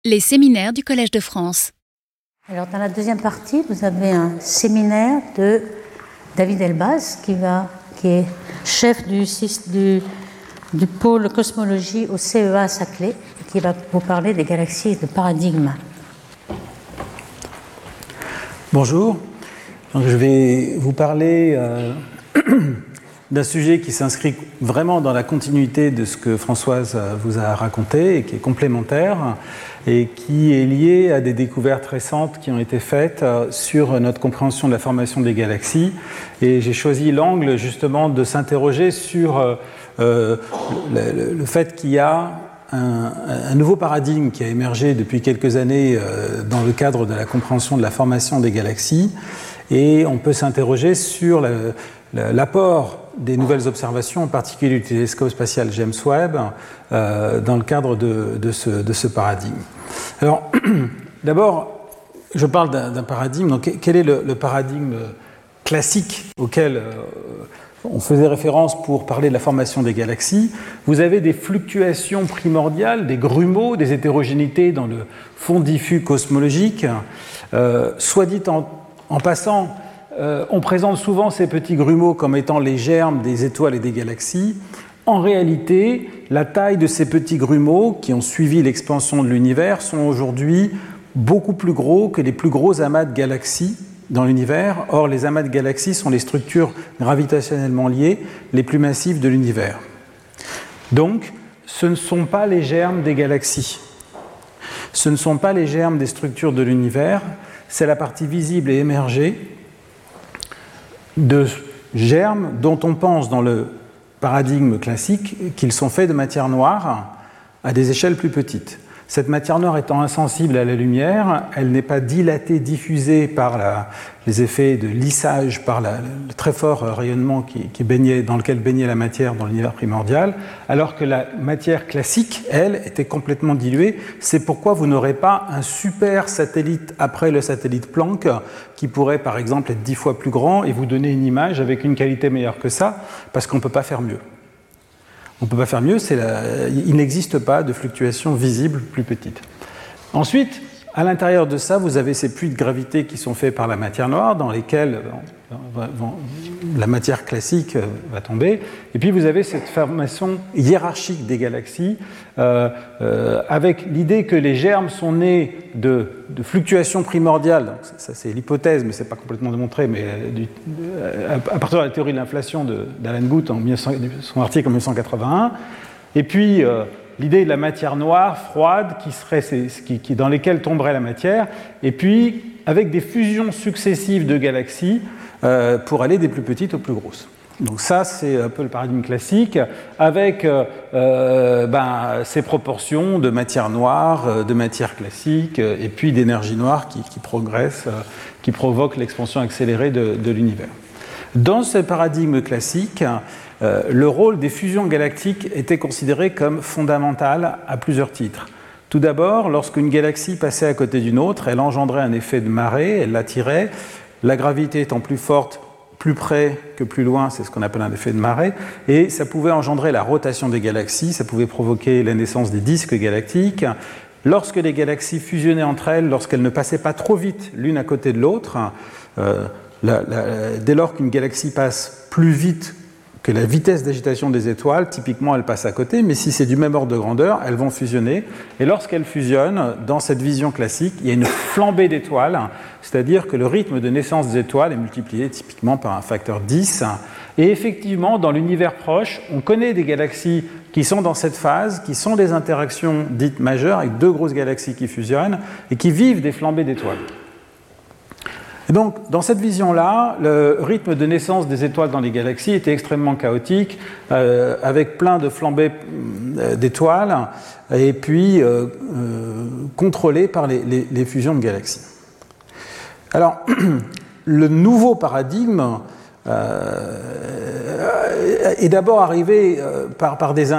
Les séminaires du Collège de France. Alors, dans la deuxième partie, vous avez un séminaire de David Elbaz, qui est chef du pôle cosmologie au CEA Saclay, et qui va vous parler des galaxies et de paradigmes. Bonjour, donc, je vais vous parler d'un sujet qui s'inscrit vraiment dans la continuité de ce que Françoise vous a raconté et qui est complémentaire et qui est lié à des découvertes récentes qui ont été faites sur notre compréhension de la formation des galaxies. Et j'ai choisi l'angle justement de s'interroger sur le fait qu'il y a un nouveau paradigme qui a émergé depuis quelques années dans le cadre de la compréhension de la formation des galaxies. Et on peut s'interroger sur l'apport des nouvelles observations, en particulier du télescope spatial James Webb, dans le cadre de ce paradigme. Alors, d'abord, je parle d'un paradigme. Donc, quel est le paradigme classique auquel on faisait référence pour parler de la formation des galaxies? Vous avez des fluctuations primordiales, des grumeaux, des hétérogénéités dans le fond diffus cosmologique. Soit dit en passant, on présente souvent ces petits grumeaux comme étant les germes des étoiles et des galaxies. En réalité, la taille de ces petits grumeaux qui ont suivi l'expansion de l'univers sont aujourd'hui beaucoup plus gros que les plus gros amas de galaxies dans l'univers. Or, les amas de galaxies sont les structures gravitationnellement liées les plus massives de l'univers. Donc, ce ne sont pas les germes des galaxies. Ce ne sont pas les germes des structures de l'univers. C'est la partie visible et émergée de germes dont on pense dans le paradigme classique qu'ils sont faits de matière noire à des échelles plus petites. Cette matière noire étant insensible à la lumière, elle n'est pas dilatée, diffusée par les effets de lissage, par le très fort rayonnement dans lequel baignait la matière dans l'univers primordial, alors que la matière classique, elle, était complètement diluée. C'est pourquoi vous n'aurez pas un super satellite après le satellite Planck qui pourrait, par exemple, être 10 fois plus grand et vous donner une image avec une qualité meilleure que ça, parce qu'on ne peut pas faire mieux. On ne peut pas faire mieux, il n'existe pas de fluctuations visibles plus petites. Ensuite, à l'intérieur de ça, vous avez ces puits de gravité qui sont faits par la matière noire, dans lesquels la matière classique va tomber. Et puis vous avez cette formation hiérarchique des galaxies, avec l'idée que les germes sont nés de fluctuations primordiales. Donc, ça, c'est l'hypothèse, mais ce n'est pas complètement démontré, mais à partir de la théorie de l'inflation d'Alan Guth, son article en 1981. Et puis l'idée de la matière noire, froide, dans lesquelles tomberait la matière, et puis avec des fusions successives de galaxies pour aller des plus petites aux plus grosses. Donc ça, c'est un peu le paradigme classique, avec ces proportions de matière noire, de matière classique, et puis d'énergie noire qui progresse, qui provoque l'expansion accélérée de l'univers. Dans ce paradigme classique, le rôle des fusions galactiques était considéré comme fondamental à plusieurs titres. Tout d'abord, lorsqu'une galaxie passait à côté d'une autre, elle engendrait un effet de marée, elle l'attirait. La gravité étant plus forte, plus près que plus loin, c'est ce qu'on appelle un effet de marée, et ça pouvait engendrer la rotation des galaxies, ça pouvait provoquer la naissance des disques galactiques. Lorsque les galaxies fusionnaient entre elles, lorsqu'elles ne passaient pas trop vite l'une à côté de l'autre, dès lors qu'une galaxie passe plus vite que la vitesse d'agitation des étoiles, typiquement elles passent à côté, mais si c'est du même ordre de grandeur, elles vont fusionner. Et lorsqu'elles fusionnent, dans cette vision classique, il y a une flambée d'étoiles, c'est-à-dire que le rythme de naissance des étoiles est multiplié typiquement par un facteur 10. Et effectivement, dans l'univers proche, on connaît des galaxies qui sont dans cette phase, qui sont des interactions dites majeures, avec deux grosses galaxies qui fusionnent, et qui vivent des flambées d'étoiles. Et donc, dans cette vision-là, le rythme de naissance des étoiles dans les galaxies était extrêmement chaotique, avec plein de flambées d'étoiles, et puis contrôlé par les fusions de galaxies. Alors, le nouveau paradigme est d'abord arrivé par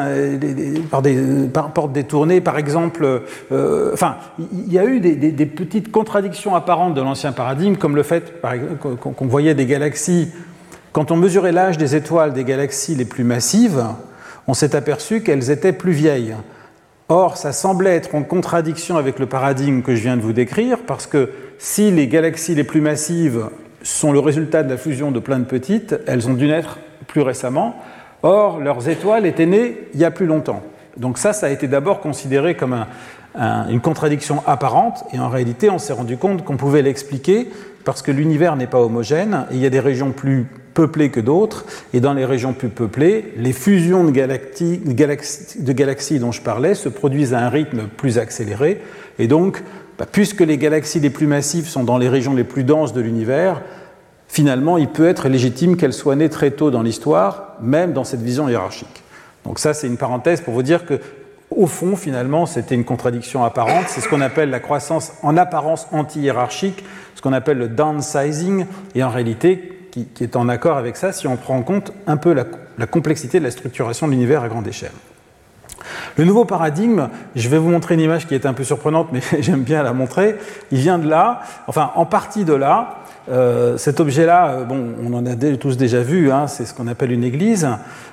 portes détournées. Par exemple, il y a eu des petites contradictions apparentes de l'ancien paradigme, comme le fait qu'on voyait des galaxies. Quand on mesurait l'âge des étoiles des galaxies les plus massives, on s'est aperçu qu'elles étaient plus vieilles. Or, ça semblait être en contradiction avec le paradigme que je viens de vous décrire, parce que si les galaxies les plus massives sont le résultat de la fusion de plein de petites, elles ont dû naître plus récemment. Or, leurs étoiles étaient nées il y a plus longtemps. Donc ça a été d'abord considéré comme une contradiction apparente, et en réalité, on s'est rendu compte qu'on pouvait l'expliquer parce que l'univers n'est pas homogène, et il y a des régions plus peuplées que d'autres, et dans les régions plus peuplées, les fusions de galaxies dont je parlais se produisent à un rythme plus accéléré, et donc, puisque les galaxies les plus massives sont dans les régions les plus denses de l'univers, finalement, il peut être légitime qu'elles soient nées très tôt dans l'histoire, même dans cette vision hiérarchique. Donc ça, c'est une parenthèse pour vous dire que, au fond, finalement, c'était une contradiction apparente. C'est ce qu'on appelle la croissance en apparence anti-hiérarchique, ce qu'on appelle le downsizing, et en réalité, qui est en accord avec ça, si on prend en compte un peu la complexité de la structuration de l'univers à grande échelle. Le nouveau paradigme, je vais vous montrer une image qui est un peu surprenante, mais j'aime bien la montrer. Il vient de là, enfin, en partie de là. Cet objet-là, bon, on en a tous déjà vu, hein, c'est ce qu'on appelle une église.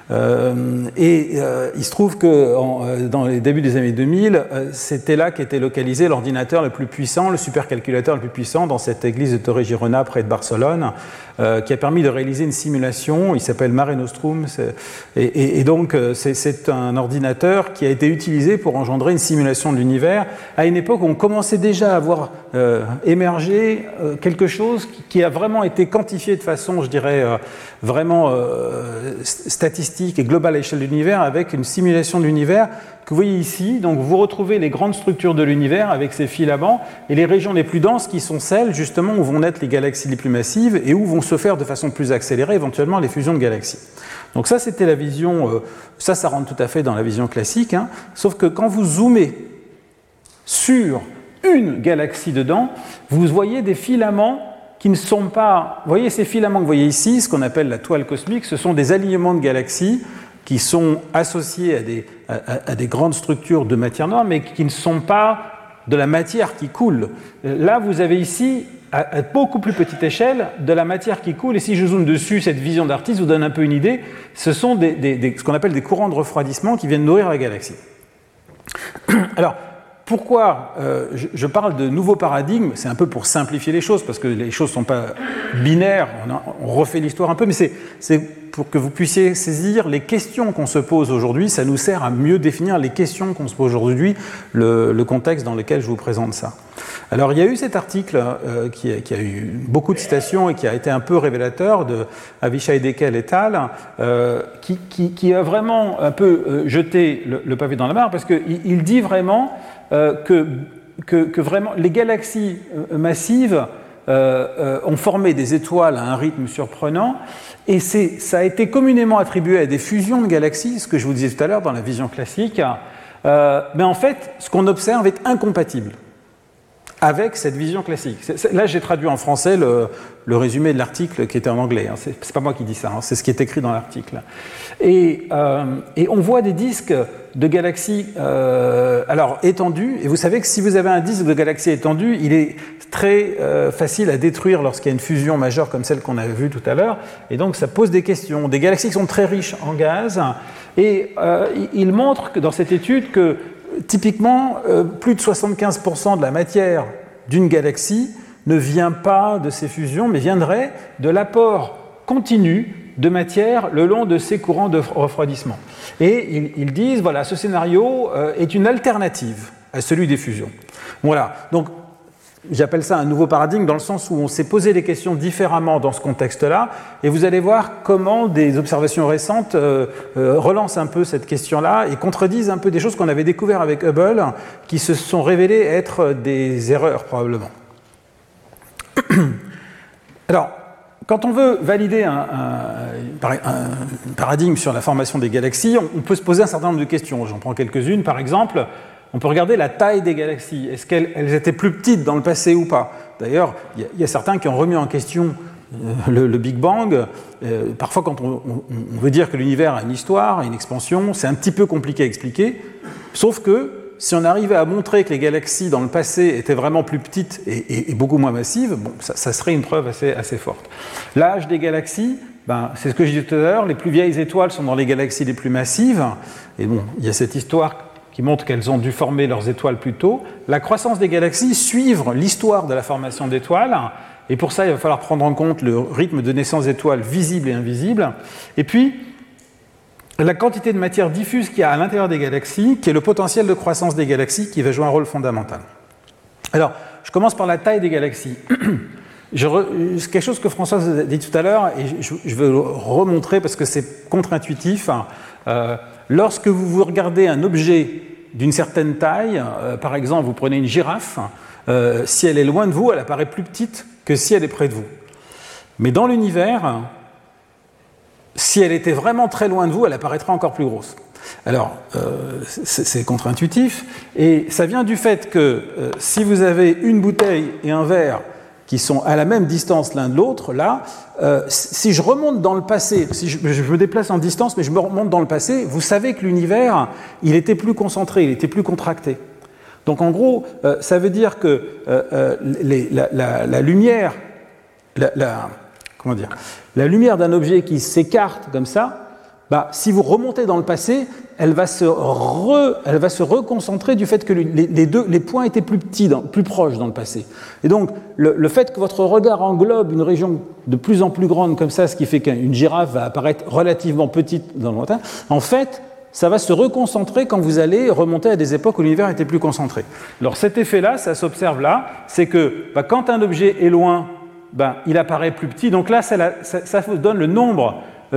Il se trouve que dans les débuts des années 2000, c'était là qu'était localisé l'ordinateur le plus puissant, le supercalculateur le plus puissant dans cette église de Torre Girona près de Barcelone, qui a permis de réaliser une simulation. Il s'appelle Mare Nostrum, donc c'est un ordinateur qui a été utilisé pour engendrer une simulation de l'univers à une époque où on commençait déjà à voir émerger quelque chose qui a vraiment été quantifié de façon, je dirais, vraiment statistique et globale à l'échelle de l'univers, avec une simulation de l'univers que vous voyez ici. Donc vous retrouvez les grandes structures de l'univers avec ces filaments et les régions les plus denses qui sont celles justement où vont naître les galaxies les plus massives et où vont se faire de façon plus accélérée éventuellement les fusions de galaxies. Donc ça, c'était la vision, ça rentre tout à fait dans la vision classique, hein, sauf que quand vous zoomez sur une galaxie dedans, vous voyez des filaments qui ne sont pas... Vous voyez ces filaments que vous voyez ici, ce qu'on appelle la toile cosmique, ce sont des alignements de galaxies qui sont associés à des grandes structures de matière noire, mais qui ne sont pas de la matière qui coule. Là, vous avez ici, à beaucoup plus petite échelle, de la matière qui coule, et si je zoome dessus, cette vision d'artiste vous donne un peu une idée, ce sont ce qu'on appelle des courants de refroidissement qui viennent nourrir la galaxie. Alors, pourquoi je parle de nouveaux paradigmes? C'est un peu pour simplifier les choses, parce que les choses ne sont pas binaires, on refait l'histoire un peu, mais c'est pour que vous puissiez saisir les questions qu'on se pose aujourd'hui. Ça nous sert à mieux définir les questions qu'on se pose aujourd'hui, le contexte dans lequel je vous présente ça. Alors, il y a eu cet article qui a eu beaucoup de citations et qui a été un peu révélateur de Avishai Dekel et al., qui a vraiment un peu jeté le pavé dans la mare, parce qu'il dit vraiment que vraiment les galaxies massives ont formé des étoiles à un rythme surprenant, et ça a été communément attribué à des fusions de galaxies, ce que je vous disais tout à l'heure dans la vision classique, mais en fait, ce qu'on observe est incompatible avec cette vision classique. Là, j'ai traduit en français le résumé de l'article qui était en anglais. Hein. C'est pas moi qui dis ça, hein. C'est ce qui est écrit dans l'article. Et on voit des disques de galaxies alors étendus. Et vous savez que si vous avez un disque de galaxie étendu, il est très facile à détruire lorsqu'il y a une fusion majeure comme celle qu'on avait vue tout à l'heure. Et donc, ça pose des questions. Des galaxies qui sont très riches en gaz. Et il montre que dans cette étude que typiquement, plus de 75% de la matière d'une galaxie ne vient pas de ces fusions, mais viendrait de l'apport continu de matière le long de ces courants de refroidissement. Et ils disent, voilà, ce scénario est une alternative à celui des fusions. Voilà, donc j'appelle ça un nouveau paradigme dans le sens où on s'est posé les questions différemment dans ce contexte-là, et vous allez voir comment des observations récentes relancent un peu cette question-là et contredisent un peu des choses qu'on avait découvertes avec Hubble, qui se sont révélées être des erreurs probablement. Alors, quand on veut valider un paradigme sur la formation des galaxies, on peut se poser un certain nombre de questions. J'en prends quelques-unes. Par exemple, on peut regarder la taille des galaxies. Est-ce qu'elles étaient plus petites dans le passé ou pas? D'ailleurs, il y a certains qui ont remis en question le Big Bang. Parfois, quand on veut dire que l'univers a une histoire, une expansion, c'est un petit peu compliqué à expliquer. Sauf que si on arrivait à montrer que les galaxies dans le passé étaient vraiment plus petites et beaucoup moins massives, bon, ça serait une preuve assez forte. L'âge des galaxies, c'est ce que je disais tout à l'heure, les plus vieilles étoiles sont dans les galaxies les plus massives. Et bon, il y a cette histoire qui montrent qu'elles ont dû former leurs étoiles plus tôt. La croissance des galaxies suit l'histoire de la formation d'étoiles, et pour ça, il va falloir prendre en compte le rythme de naissance d'étoiles visibles et invisibles. Et puis, la quantité de matière diffuse qu'il y a à l'intérieur des galaxies, qui est le potentiel de croissance des galaxies, qui va jouer un rôle fondamental. Alors, je commence par la taille des galaxies. C'est quelque chose que François a dit tout à l'heure, et je vais le remontrer parce que c'est contre-intuitif. Lorsque vous regardez un objet d'une certaine taille, par exemple, vous prenez une girafe, si elle est loin de vous, elle apparaît plus petite que si elle est près de vous. Mais dans l'univers, si elle était vraiment très loin de vous, elle apparaîtra encore plus grosse. Alors, c'est contre-intuitif, et ça vient du fait que si vous avez une bouteille et un verre qui sont à la même distance l'un de l'autre, là, si je remonte dans le passé, si je me déplace en distance, mais je me remonte dans le passé, vous savez que l'univers, il était plus concentré, il était plus contracté. Donc en gros, ça veut dire que la lumière, comment dire, la lumière d'un objet qui s'écarte comme ça, si vous remontez dans le passé, elle va se reconcentrer du fait que les points étaient plus petits, plus proches dans le passé. Et donc, le fait que votre regard englobe une région de plus en plus grande comme ça, ce qui fait qu'une girafe va apparaître relativement petite dans le lointain, en fait, ça va se reconcentrer quand vous allez remonter à des époques où l'univers était plus concentré. Alors cet effet-là, ça s'observe là, c'est que quand un objet est loin, il apparaît plus petit. Donc là, ça vous donne le nombre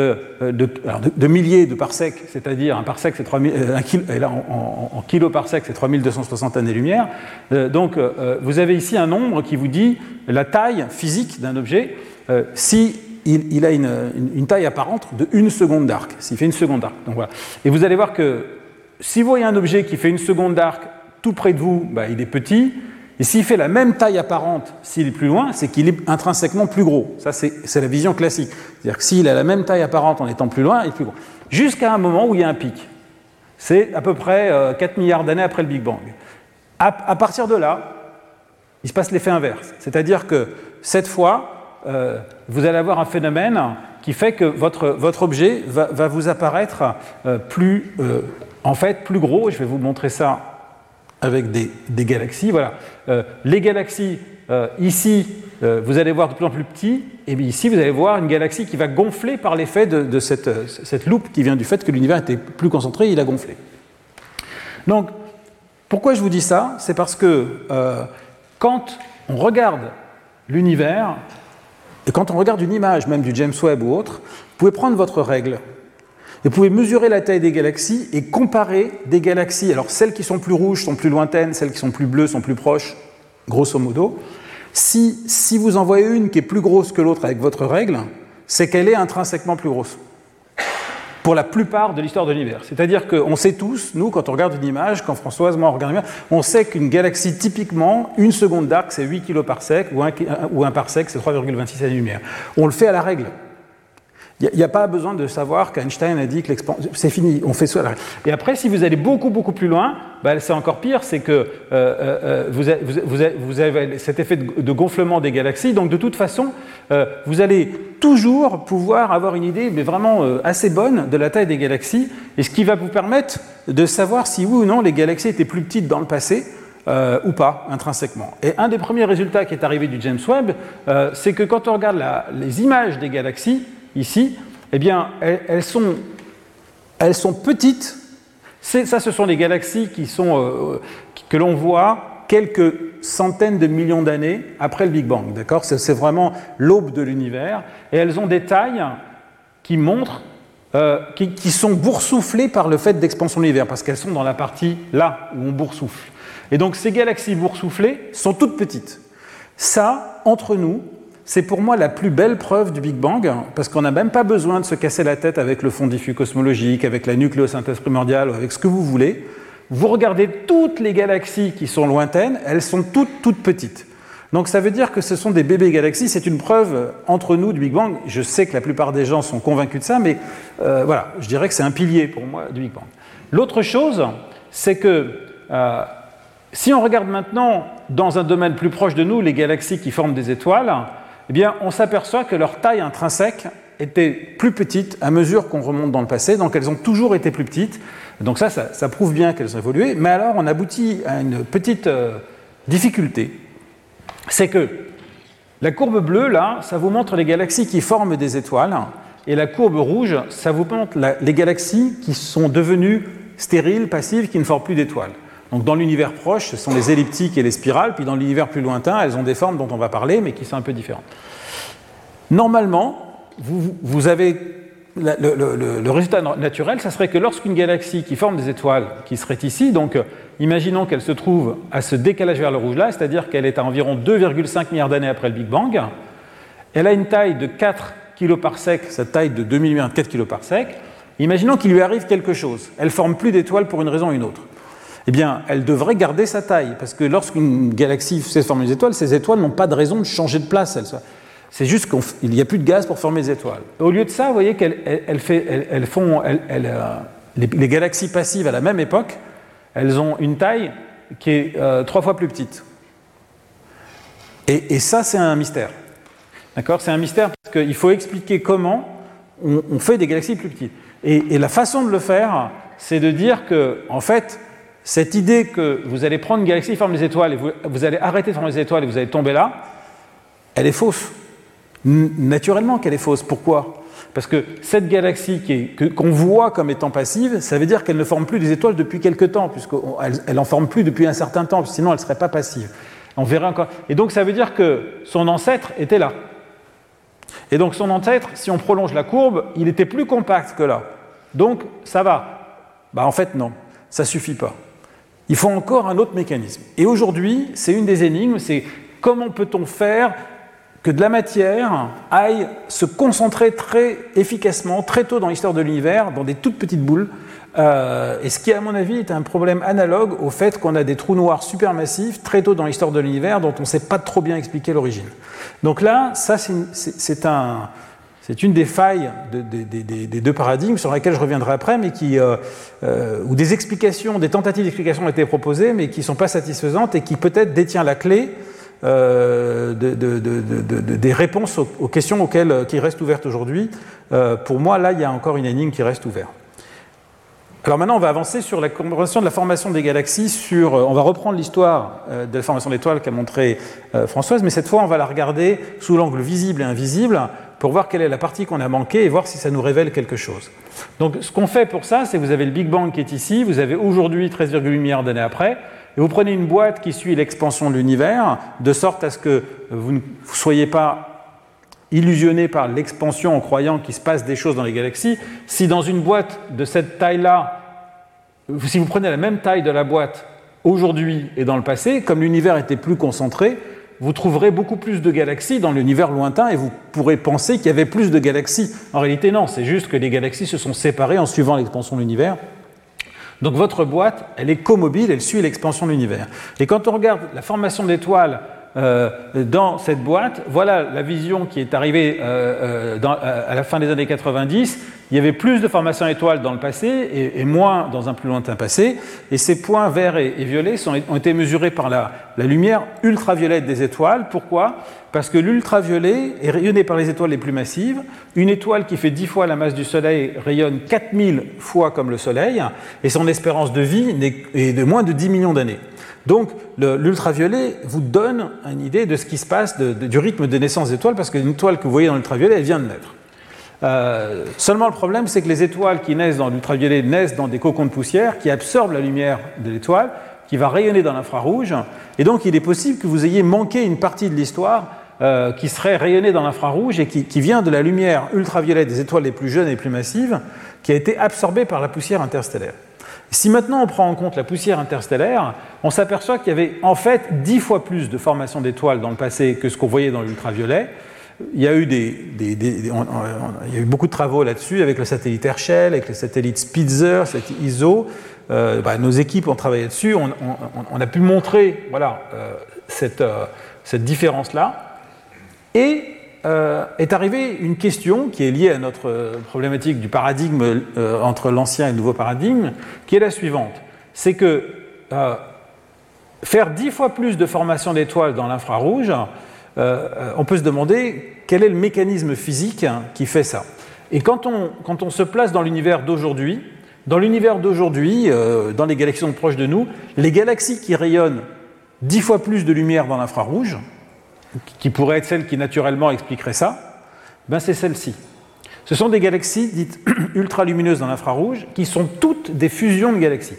de milliers de parsecs, c'est-à-dire un parsec, c'est 3000, et là en kiloparsec, c'est 3260 années-lumière. Donc vous avez ici un nombre qui vous dit la taille physique d'un objet si il a une taille apparente de 1 seconde d'arc, s'il fait 1 seconde d'arc. Donc voilà. Et vous allez voir que si vous voyez un objet qui fait 1 seconde d'arc tout près de vous, il est petit. Et s'il fait la même taille apparente, s'il est plus loin, c'est qu'il est intrinsèquement plus gros. Ça, c'est la vision classique. C'est-à-dire que s'il a la même taille apparente en étant plus loin, il est plus gros. Jusqu'à un moment où il y a un pic. C'est à peu près 4 milliards d'années après le Big Bang. À partir de là, il se passe l'effet inverse. C'est-à-dire que cette fois, vous allez avoir un phénomène qui fait que votre objet va vous apparaître plus gros. Je vais vous montrer ça avec des galaxies. Voilà. Les galaxies, ici, vous allez voir de plus en plus petit, et bien ici, vous allez voir une galaxie qui va gonfler par l'effet de cette loupe qui vient du fait que l'univers était plus concentré, il a gonflé. Donc, pourquoi je vous dis ça ? C'est parce que quand on regarde l'univers, et quand on regarde une image, même du James Webb ou autre, vous pouvez prendre votre règle. Et vous pouvez mesurer la taille des galaxies et comparer des galaxies. Alors, celles qui sont plus rouges sont plus lointaines, celles qui sont plus bleues sont plus proches, grosso modo. Si vous en voyez une qui est plus grosse que l'autre avec votre règle, c'est qu'elle est intrinsèquement plus grosse. Pour la plupart de l'histoire de l'univers. C'est-à-dire qu'on sait tous, nous, quand on regarde une image, quand Françoise, moi, on regarde une image, on sait qu'une galaxie, typiquement, 1 seconde d'arc, c'est 8 kiloparsecs, ou un parsec, c'est 3,26 années-lumière. On le fait à la règle. Il n'y a pas besoin de savoir qu'Einstein a dit que l'expansion... C'est fini, on fait ça à la règle. Et après, si vous allez beaucoup, beaucoup plus loin, c'est encore pire, c'est que vous avez cet effet de gonflement des galaxies. Donc, de toute façon, vous allez toujours pouvoir avoir une idée, mais vraiment assez bonne, de la taille des galaxies, et ce qui va vous permettre de savoir si oui ou non les galaxies étaient plus petites dans le passé, ou pas, intrinsèquement. Et un des premiers résultats qui est arrivé du James Webb, c'est que quand on regarde les images des galaxies, ici, eh bien, elles sont petites. Ça, ce sont les galaxies que l'on voit quelques centaines de millions d'années après le Big Bang. D'accord ? C'est vraiment l'aube de l'univers. Et elles ont des tailles qui montrent, qui sont boursouflées par le fait d'expansion de l'univers, parce qu'elles sont dans la partie là où on boursoufle. Et donc, ces galaxies boursouflées sont toutes petites. Ça, entre nous, c'est pour moi la plus belle preuve du Big Bang, parce qu'on n'a même pas besoin de se casser la tête avec le fond diffus cosmologique, avec la nucléosynthèse primordiale, ou avec ce que vous voulez. Vous regardez toutes les galaxies qui sont lointaines, elles sont toutes petites. Donc ça veut dire que ce sont des bébés galaxies, c'est une preuve entre nous du Big Bang. Je sais que la plupart des gens sont convaincus de ça, mais voilà, je dirais que c'est un pilier pour moi du Big Bang. L'autre chose, c'est que si on regarde maintenant dans un domaine plus proche de nous, les galaxies qui forment des étoiles, eh bien, on s'aperçoit que leur taille intrinsèque étaient plus petites à mesure qu'on remonte dans le passé, donc elles ont toujours été plus petites. Donc ça prouve bien qu'elles ont évolué, mais alors on aboutit à une petite difficulté. C'est que la courbe bleue, là, ça vous montre les galaxies qui forment des étoiles, et la courbe rouge, ça vous montre les galaxies qui sont devenues stériles, passives, qui ne forment plus d'étoiles. Donc dans l'univers proche, ce sont les elliptiques et les spirales, puis dans l'univers plus lointain, elles ont des formes dont on va parler, mais qui sont un peu différentes. Normalement, vous avez le résultat naturel, ça serait que lorsqu'une galaxie qui forme des étoiles, qui serait ici, donc imaginons qu'elle se trouve à ce décalage vers le rouge là, c'est-à-dire qu'elle est à environ 2,5 milliards d'années après le Big Bang, elle a une taille de 4 kPa, cette taille de 2 milliards de 4 kPa, imaginons qu'il lui arrive quelque chose, elle ne forme plus d'étoiles pour une raison ou une autre. Eh bien, elle devrait garder sa taille, parce que lorsqu'une galaxie sait former des étoiles, ces étoiles n'ont pas de raison de changer de place. C'est juste qu'il n'y a plus de gaz pour former des étoiles. Au lieu de ça, vous voyez les galaxies passives à la même époque, elles ont une taille qui est 3 fois plus petite. Et ça, c'est un mystère. D'accord ? C'est un mystère parce qu'il faut expliquer comment on fait des galaxies plus petites. Et la façon de le faire, c'est de dire que, en fait, cette idée que vous allez prendre une galaxie qui forme des étoiles et vous allez arrêter de former des étoiles et vous allez tomber là, elle est fausse. Naturellement qu'elle est fausse. Pourquoi ? Parce que cette galaxie qu'on voit comme étant passive, ça veut dire qu'elle ne forme plus des étoiles depuis quelque temps, puisqu'elle n'en forme plus depuis un certain temps, sinon elle ne serait pas passive. On verra encore. Et donc ça veut dire que son ancêtre était là. Et donc son ancêtre, si on prolonge la courbe, il était plus compact que là. Donc ça va. En fait non, ça ne suffit pas. Il faut encore un autre mécanisme. Et aujourd'hui, c'est une des énigmes, c'est comment peut-on faire que de la matière aille se concentrer très efficacement, très tôt dans l'histoire de l'univers, dans des toutes petites boules, et ce qui, à mon avis, est un problème analogue au fait qu'on a des trous noirs supermassifs très tôt dans l'histoire de l'univers dont on ne sait pas trop bien expliquer l'origine. Donc là, ça, c'est une des failles des deux paradigmes sur lesquels je reviendrai après, mais où des explications, des tentatives d'explication ont été proposées, mais qui ne sont pas satisfaisantes et qui peut-être détient la clé des réponses aux questions qui restent ouvertes aujourd'hui. Pour moi, là, il y a encore une énigme qui reste ouverte. Alors maintenant, on va avancer sur la compréhension de la formation des galaxies. On va reprendre l'histoire de la formation d'étoiles qu'a montré Françoise, mais cette fois, on va la regarder sous l'angle visible et invisible pour voir quelle est la partie qu'on a manquée et voir si ça nous révèle quelque chose. Donc, ce qu'on fait pour ça, c'est que vous avez le Big Bang qui est ici, vous avez aujourd'hui 13,8 milliards d'années après, et vous prenez une boîte qui suit l'expansion de l'univers, de sorte à ce que vous ne soyez pas illusionné par l'expansion en croyant qu'il se passe des choses dans les galaxies. Si dans une boîte de cette taille-là, si vous prenez la même taille de la boîte aujourd'hui et dans le passé, comme l'univers était plus concentré, vous trouverez beaucoup plus de galaxies dans l'univers lointain et vous pourrez penser qu'il y avait plus de galaxies. En réalité, non, c'est juste que les galaxies se sont séparées en suivant l'expansion de l'univers. Donc votre boîte, elle est comobile, elle suit l'expansion de l'univers. Et quand on regarde la formation d'étoiles dans cette boîte, voilà la vision qui est arrivée à la fin des années 90. Il y avait plus de formation d'étoiles dans le passé et moins dans un plus lointain passé. Et ces points verts et violets ont été mesurés par la lumière ultraviolette des étoiles. Pourquoi ? Parce que l'ultraviolet est rayonné par les étoiles les plus massives. Une étoile qui fait 10 fois la masse du Soleil rayonne 4000 fois comme le Soleil, et son espérance de vie est de moins de 10 millions d'années. Donc l'ultraviolet vous donne une idée de ce qui se passe, du rythme de naissance des étoiles, parce qu'une étoile que vous voyez dans l'ultraviolet, elle vient de naître. Seulement le problème, c'est que les étoiles qui naissent dans l'ultraviolet naissent dans des cocons de poussière qui absorbent la lumière de l'étoile, qui va rayonner dans l'infrarouge, et donc il est possible que vous ayez manqué une partie de l'histoire qui serait rayonnée dans l'infrarouge et qui vient de la lumière ultraviolette des étoiles les plus jeunes et les plus massives, qui a été absorbée par la poussière interstellaire. Si maintenant on prend en compte la poussière interstellaire, on s'aperçoit qu'il y avait en fait 10 fois plus de formation d'étoiles dans le passé que ce qu'on voyait dans l'ultraviolet. Il y a eu il y a eu beaucoup de travaux là-dessus avec le satellite Herschel, avec le satellite Spitzer, le satellite ISO. Nos équipes ont travaillé dessus. On a pu montrer cette différence-là. Et est arrivée une question qui est liée à notre problématique du paradigme entre l'ancien et le nouveau paradigme, qui est la suivante. C'est que faire 10 fois plus de formation d'étoiles dans l'infrarouge on peut se demander quel est le mécanisme physique qui fait ça. Et quand on se place dans l'univers d'aujourd'hui, dans les galaxies proches de nous, les galaxies qui rayonnent 10 fois plus de lumière dans l'infrarouge, qui pourraient être celles qui naturellement expliqueraient ça, ben c'est celles-ci. Ce sont des galaxies dites ultralumineuses dans l'infrarouge, qui sont toutes des fusions de galaxies.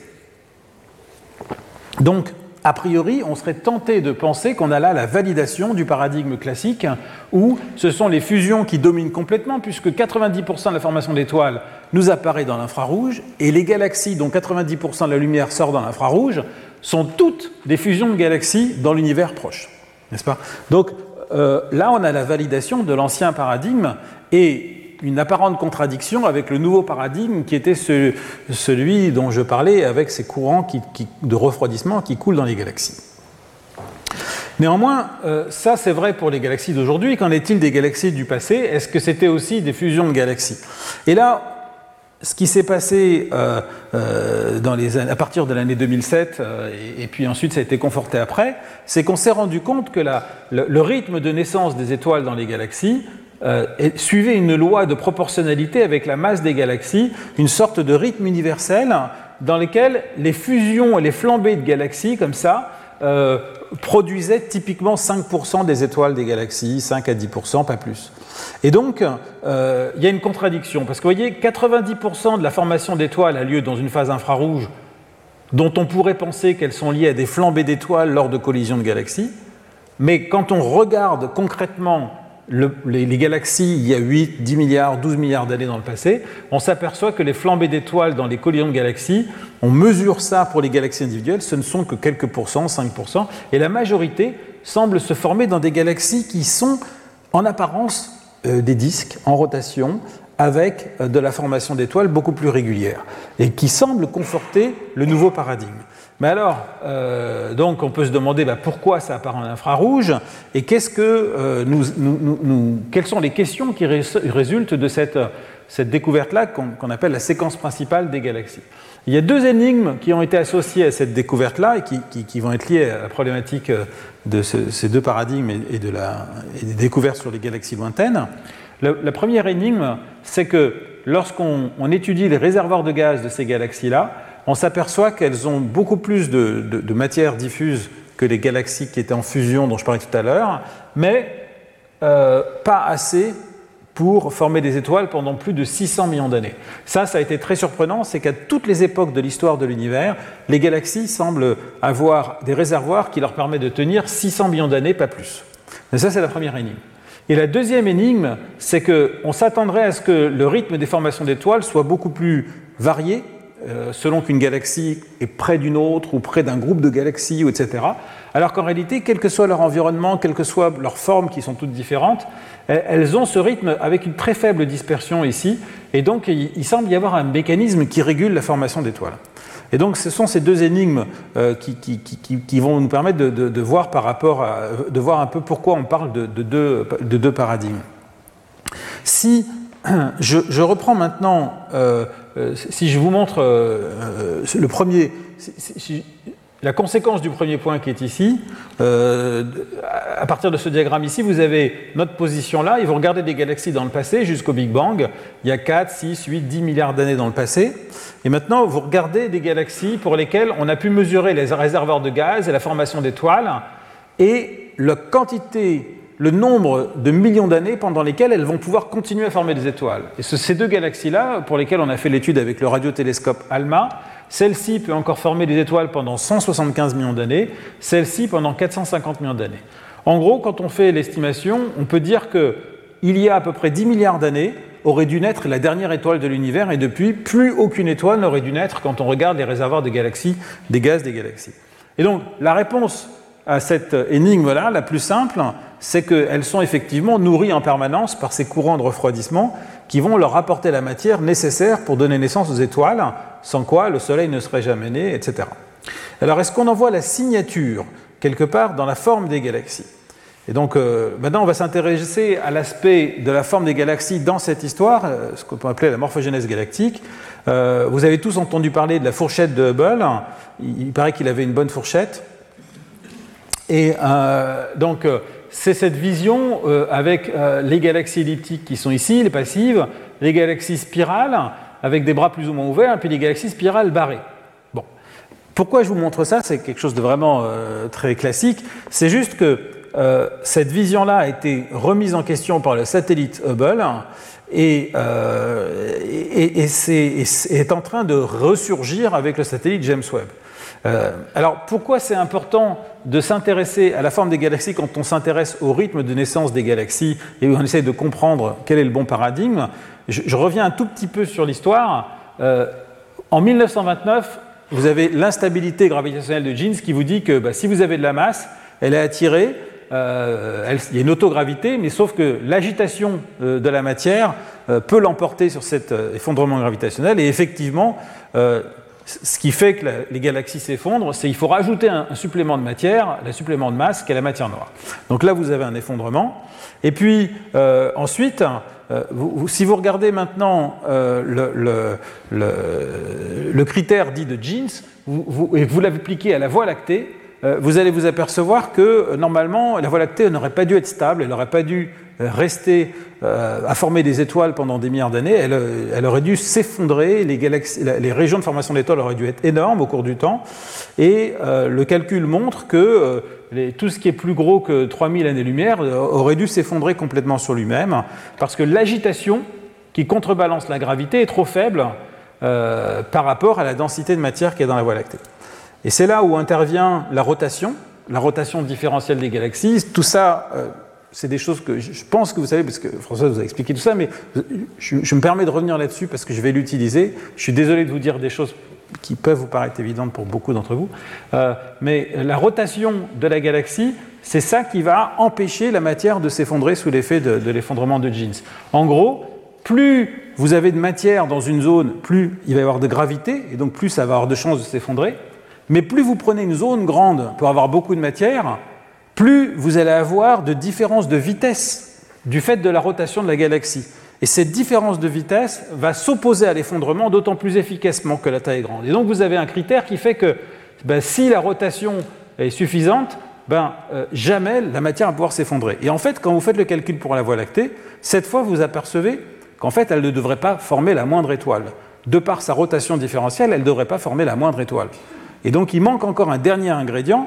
Donc, a priori, on serait tenté de penser qu'on a là la validation du paradigme classique, où ce sont les fusions qui dominent complètement, puisque 90% de la formation d'étoiles nous apparaît dans l'infrarouge, et les galaxies dont 90% de la lumière sort dans l'infrarouge sont toutes des fusions de galaxies dans l'univers proche. N'est-ce pas? Donc là, on a la validation de l'ancien paradigme et une apparente contradiction avec le nouveau paradigme qui était celui dont je parlais avec ces courants de refroidissement qui coulent dans les galaxies. Néanmoins, ça c'est vrai pour les galaxies d'aujourd'hui. Qu'en est-il des galaxies du passé? Est-ce que c'était aussi des fusions de galaxies? Et là, ce qui s'est passé à partir de l'année 2007, et puis ensuite ça a été conforté après, c'est qu'on s'est rendu compte que le rythme de naissance des étoiles dans les galaxies suivait une loi de proportionnalité avec la masse des galaxies, une sorte de rythme universel dans lequel les fusions et les flambées de galaxies, comme ça, produisaient typiquement 5% des étoiles des galaxies, 5 à 10%, pas plus. Et donc, il y a une contradiction, parce que vous voyez, 90% de la formation d'étoiles a lieu dans une phase infrarouge, dont on pourrait penser qu'elles sont liées à des flambées d'étoiles lors de collisions de galaxies, mais quand on regarde concrètement les galaxies il y a 8, 10 milliards, 12 milliards d'années dans le passé, on s'aperçoit que les flambées d'étoiles dans les collisions de galaxies, on mesure ça pour les galaxies individuelles, ce ne sont que quelques pourcents, 5%, et la majorité semble se former dans des galaxies qui sont en apparence des disques en rotation avec de la formation d'étoiles beaucoup plus régulière et qui semblent conforter le nouveau paradigme. Mais alors, donc on peut se demander pourquoi ça apparaît en infrarouge et quelles sont les questions qui résultent de cette découverte-là qu'on appelle la séquence principale des galaxies. Il y a deux énigmes qui ont été associées à cette découverte-là et qui vont être liées à la problématique de ces deux paradigmes et des découvertes sur les galaxies lointaines. La première énigme, c'est que lorsqu'on étudie les réservoirs de gaz de ces galaxies-là, on s'aperçoit qu'elles ont beaucoup plus de matière diffuse que les galaxies qui étaient en fusion dont je parlais tout à l'heure, mais pas assez pour former des étoiles pendant plus de 600 millions d'années. Ça a été très surprenant, c'est qu'à toutes les époques de l'histoire de l'univers, les galaxies semblent avoir des réservoirs qui leur permettent de tenir 600 millions d'années, pas plus. Mais ça, c'est la première énigme. Et la deuxième énigme, c'est qu'on s'attendrait à ce que le rythme des formations d'étoiles soit beaucoup plus varié, selon qu'une galaxie est près d'une autre ou près d'un groupe de galaxies, etc. Alors qu'en réalité, quel que soit leur environnement, quelle que soit leur forme, qui sont toutes différentes, elles ont ce rythme avec une très faible dispersion ici, et donc il semble y avoir un mécanisme qui régule la formation d'étoiles. Et donc ce sont ces deux énigmes qui vont nous permettre de voir de voir un peu pourquoi on parle de deux paradigmes. Si je reprends maintenant, si je vous montre le premier, la conséquence du premier point qui est ici, à partir de ce diagramme ici, vous avez notre position là, et vous regardez des galaxies dans le passé jusqu'au Big Bang, il y a 4, 6, 8, 10 milliards d'années dans le passé, et maintenant vous regardez des galaxies pour lesquelles on a pu mesurer les réservoirs de gaz et la formation d'étoiles, et le nombre de millions d'années pendant lesquelles elles vont pouvoir continuer à former des étoiles. Et ces deux galaxies-là, pour lesquelles on a fait l'étude avec le radiotélescope ALMA, celle-ci peut encore former des étoiles pendant 175 millions d'années, celle-ci pendant 450 millions d'années. En gros, quand on fait l'estimation, on peut dire qu'il y a à peu près 10 milliards d'années, aurait dû naître la dernière étoile de l'univers, et depuis, plus aucune étoile n'aurait dû naître quand on regarde les réservoirs de galaxies, des gaz des galaxies. Et donc, la réponse à cette énigme-là, la plus simple, c'est qu'elles sont effectivement nourries en permanence par ces courants de refroidissement qui vont leur apporter la matière nécessaire pour donner naissance aux étoiles, sans quoi le Soleil ne serait jamais né, etc. Alors, est-ce qu'on en voit la signature quelque part dans la forme des galaxies? Et donc, maintenant, on va s'intéresser à l'aspect de la forme des galaxies dans cette histoire, ce qu'on peut appeler la morphogénèse galactique. Vous avez tous entendu parler de la fourchette de Hubble. Il paraît qu'il avait une bonne fourchette. Et donc, c'est cette vision avec les galaxies elliptiques qui sont ici, les passives, les galaxies spirales avec des bras plus ou moins ouverts, et puis les galaxies spirales barrées. Bon. Pourquoi je vous montre ça? C'est quelque chose de vraiment très classique. C'est juste que cette vision-là a été remise en question par le satellite Hubble et est en train de ressurgir avec le satellite James Webb. Alors, pourquoi c'est important de s'intéresser à la forme des galaxies quand on s'intéresse au rythme de naissance des galaxies et où on essaie de comprendre quel est le bon paradigme? Je reviens un tout petit peu sur l'histoire. En 1929, vous avez l'instabilité gravitationnelle de Jeans qui vous dit que si vous avez de la masse, elle est attirée, il y a une autogravité, mais sauf que l'agitation de la matière peut l'emporter sur cet effondrement gravitationnel, et effectivement, ce qui fait que les galaxies s'effondrent, c'est qu'il faut rajouter un supplément de matière, un supplément de masse, qui est la matière noire. Donc là, vous avez un effondrement. Et puis, ensuite, si vous regardez maintenant le critère dit de Jeans, et vous l'appliquez à la Voie lactée, vous allez vous apercevoir que, normalement, la Voie lactée n'aurait pas dû être stable, elle n'aurait pas dû rester à former des étoiles pendant des milliards d'années, elle aurait dû s'effondrer, les régions de formation d'étoiles auraient dû être énormes au cours du temps, et le calcul montre que tout ce qui est plus gros que 3000 années-lumière aurait dû s'effondrer complètement sur lui-même, parce que l'agitation qui contrebalance la gravité est trop faible par rapport à la densité de matière qui est dans la Voie lactée. Et c'est là où intervient la rotation différentielle des galaxies. Tout ça, c'est des choses que je pense que vous savez, parce que François vous a expliqué tout ça, mais je me permets de revenir là-dessus parce que je vais l'utiliser. Je suis désolé de vous dire des choses qui peuvent vous paraître évidentes pour beaucoup d'entre vous, mais la rotation de la galaxie, c'est ça qui va empêcher la matière de s'effondrer sous l'effet de l'effondrement de Jeans. En gros, plus vous avez de matière dans une zone, plus il va y avoir de gravité, et donc plus ça va avoir de chances de s'effondrer. Mais plus vous prenez une zone grande pour avoir beaucoup de matière, plus vous allez avoir de différence de vitesse du fait de la rotation de la galaxie. Et cette différence de vitesse va s'opposer à l'effondrement d'autant plus efficacement que la taille est grande. Et donc vous avez un critère qui fait que si la rotation est suffisante, jamais la matière va pouvoir s'effondrer. Et en fait, quand vous faites le calcul pour la Voie lactée, cette fois vous apercevez qu'en fait elle ne devrait pas former la moindre étoile. De par sa rotation différentielle, elle ne devrait pas former la moindre étoile. Et donc il manque encore un dernier ingrédient,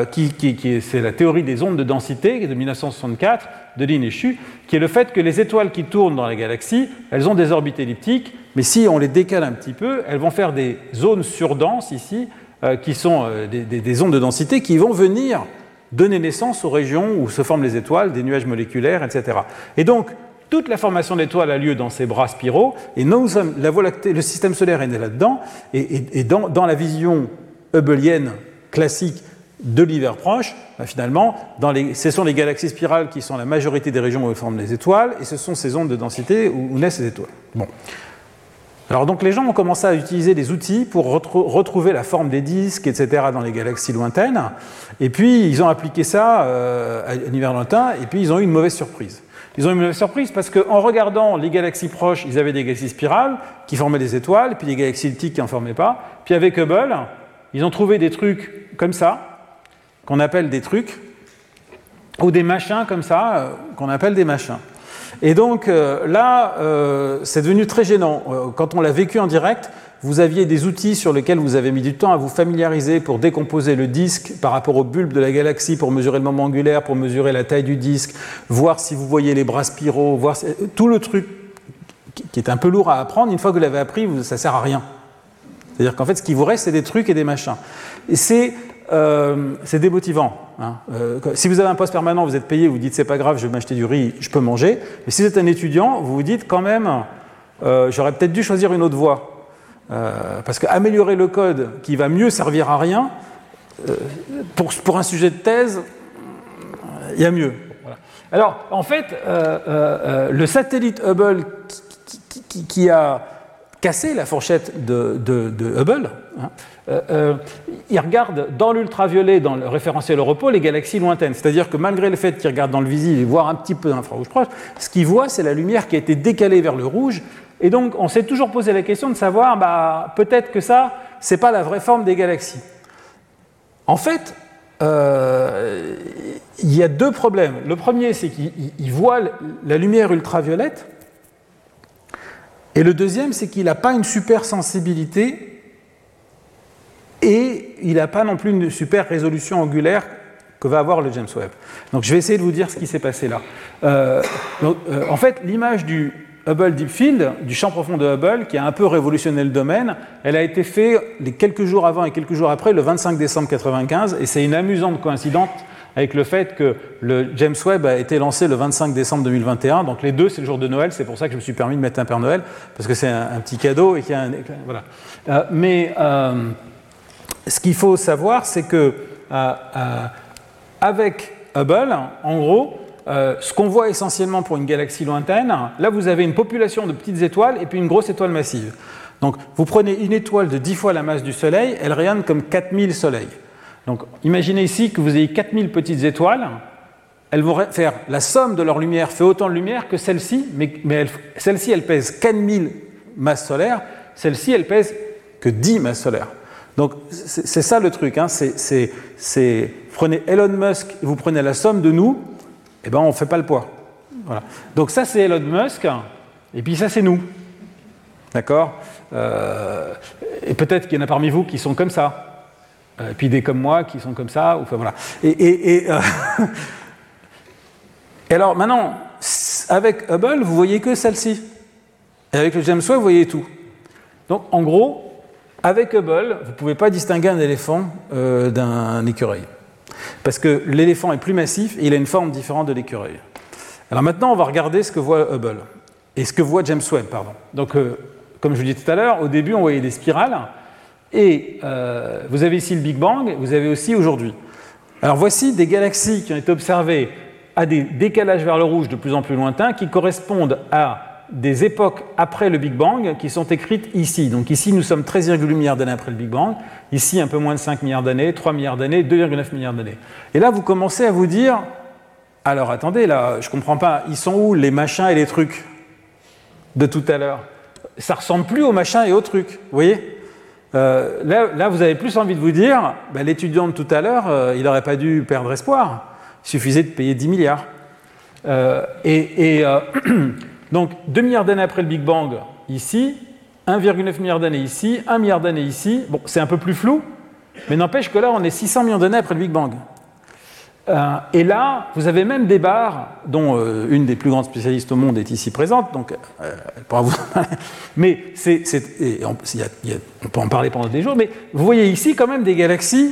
c'est la théorie des ondes de densité de 1964 de Lin et Xu, qui est le fait que les étoiles qui tournent dans la galaxie, elles ont des orbites elliptiques, mais si on les décale un petit peu, elles vont faire des zones surdenses ici, qui sont des ondes de densité qui vont venir donner naissance aux régions où se forment les étoiles, des nuages moléculaires, etc. Et donc, toute la formation d'étoiles a lieu dans ces bras spiraux, et nous sommes, la Voie lactée, le système solaire est né là-dedans, et dans la vision hubbleienne classique de l'hiver proche, finalement, ce sont les galaxies spirales qui sont la majorité des régions où forment les étoiles, et ce sont ces ondes de densité où naissent les étoiles. Bon. Alors donc les gens ont commencé à utiliser des outils pour retrouver la forme des disques, etc. dans les galaxies lointaines, et puis ils ont appliqué ça à l'univers lointain, et puis ils ont eu une mauvaise surprise. Ils ont eu une mauvaise surprise parce qu'en regardant les galaxies proches, ils avaient des galaxies spirales qui formaient des étoiles, puis des galaxies elliptiques qui n'en formaient pas. Puis avec Hubble, ils ont trouvé des trucs comme ça, qu'on appelle des trucs, ou des machins comme ça, qu'on appelle des machins. Et donc là, c'est devenu très gênant. Quand on l'a vécu en direct, vous aviez des outils sur lesquels vous avez mis du temps à vous familiariser pour décomposer le disque par rapport au bulbe de la galaxie, pour mesurer le moment angulaire, pour mesurer la taille du disque, voir si vous voyez les bras spiraux, voir tout le truc qui est un peu lourd à apprendre. Une fois que vous l'avez appris, ça ne sert à rien. C'est-à-dire qu'en fait, ce qui vous reste, c'est des trucs et des machins. Et c'est démotivant. Hein. Si vous avez un poste permanent, vous êtes payé, vous dites c'est pas grave, je vais m'acheter du riz, je peux manger. Mais si vous êtes un étudiant, vous vous dites quand même, j'aurais peut-être dû choisir une autre voie. Parce qu'améliorer le code qui va mieux servir à rien, pour un sujet de thèse, il y a mieux. Voilà. Alors, en fait, le satellite Hubble qui a cassé la fourchette de Hubble, il regarde dans l'ultraviolet, dans le référentiel au repos, les galaxies lointaines. C'est-à-dire que malgré le fait qu'il regarde dans le visible et voir un petit peu dans l'infrarouge proche, ce qu'il voit, c'est la lumière qui a été décalée vers le rouge. Et donc, on s'est toujours posé la question de savoir, peut-être que ça, c'est pas la vraie forme des galaxies. En fait, il y a deux problèmes. Le premier, c'est qu'il voit la lumière ultraviolette. Et le deuxième, c'est qu'il n'a pas une super sensibilité et il n'a pas non plus une super résolution angulaire que va avoir le James Webb. Donc je vais essayer de vous dire ce qui s'est passé là. En fait, l'image du Hubble Deep Field, du champ profond de Hubble, qui a un peu révolutionné le domaine, elle a été faite quelques jours avant et quelques jours après, le 25 décembre 1995, et c'est une amusante coïncidence avec le fait que le James Webb a été lancé le 25 décembre 2021, donc les deux, c'est le jour de Noël, c'est pour ça que je me suis permis de mettre un Père Noël, parce que c'est un petit cadeau et qu'il y a un... Voilà. Ce qu'il faut savoir, c'est que avec Hubble, en gros, ce qu'on voit essentiellement pour une galaxie lointaine, là vous avez une population de petites étoiles et puis une grosse étoile massive. Donc vous prenez une étoile de 10 fois la masse du Soleil, elle rayonne comme 4000 soleils. Donc imaginez ici que vous ayez 4000 petites étoiles, elles vont faire la somme de leur lumière, fait autant de lumière que celle-ci, mais celle-ci elle pèse 4000 masses solaires, celle-ci elle pèse que 10 masses solaires. Donc c'est ça le truc, hein. Prenez Elon Musk et vous prenez la somme de nous, eh ben on ne fait pas le poids. Voilà. Donc ça c'est Elon Musk, et puis ça c'est nous. D'accord ? Et peut-être qu'il y en a parmi vous qui sont comme ça. Et puis des comme moi qui sont comme ça. Enfin, voilà. Et alors maintenant, avec Hubble, vous voyez que celle-ci. Et avec le James Webb, vous voyez tout. Donc en gros, avec Hubble, vous ne pouvez pas distinguer un éléphant d'un écureuil. Parce que l'éléphant est plus massif et il a une forme différente de l'écureuil. Alors maintenant, on va regarder ce que voit Hubble. Et ce que voit James Webb, pardon. Donc, comme je vous disais tout à l'heure, au début, on voyait des spirales. Et vous avez ici le Big Bang, vous avez aussi aujourd'hui. Alors voici des galaxies qui ont été observées à des décalages vers le rouge de plus en plus lointains qui correspondent à des époques après le Big Bang qui sont écrites ici. Donc ici, nous sommes 13,8 milliards d'années après le Big Bang. Ici, un peu moins de 5 milliards d'années, 3 milliards d'années, 2,9 milliards d'années. Et là, vous commencez à vous dire, alors attendez, là, je ne comprends pas, ils sont où les machins et les trucs de tout à l'heure? Ça ne ressemble plus aux machins et aux trucs, vous voyez? Là, vous avez plus envie de vous dire, ben, l'étudiant de tout à l'heure, il n'aurait pas dû perdre espoir. Il suffisait de payer 10 milliards. Donc, 2 milliards d'années après le Big Bang, ici, 1,9 milliard d'années ici, 1 milliard d'années ici. Bon, c'est un peu plus flou, mais n'empêche que là, on est 600 millions d'années après le Big Bang. Et là, vous avez même des barres, dont une des plus grandes spécialistes au monde est ici présente, donc elle pourra vous en parler. Mais on peut en parler pendant des jours, mais vous voyez ici quand même des galaxies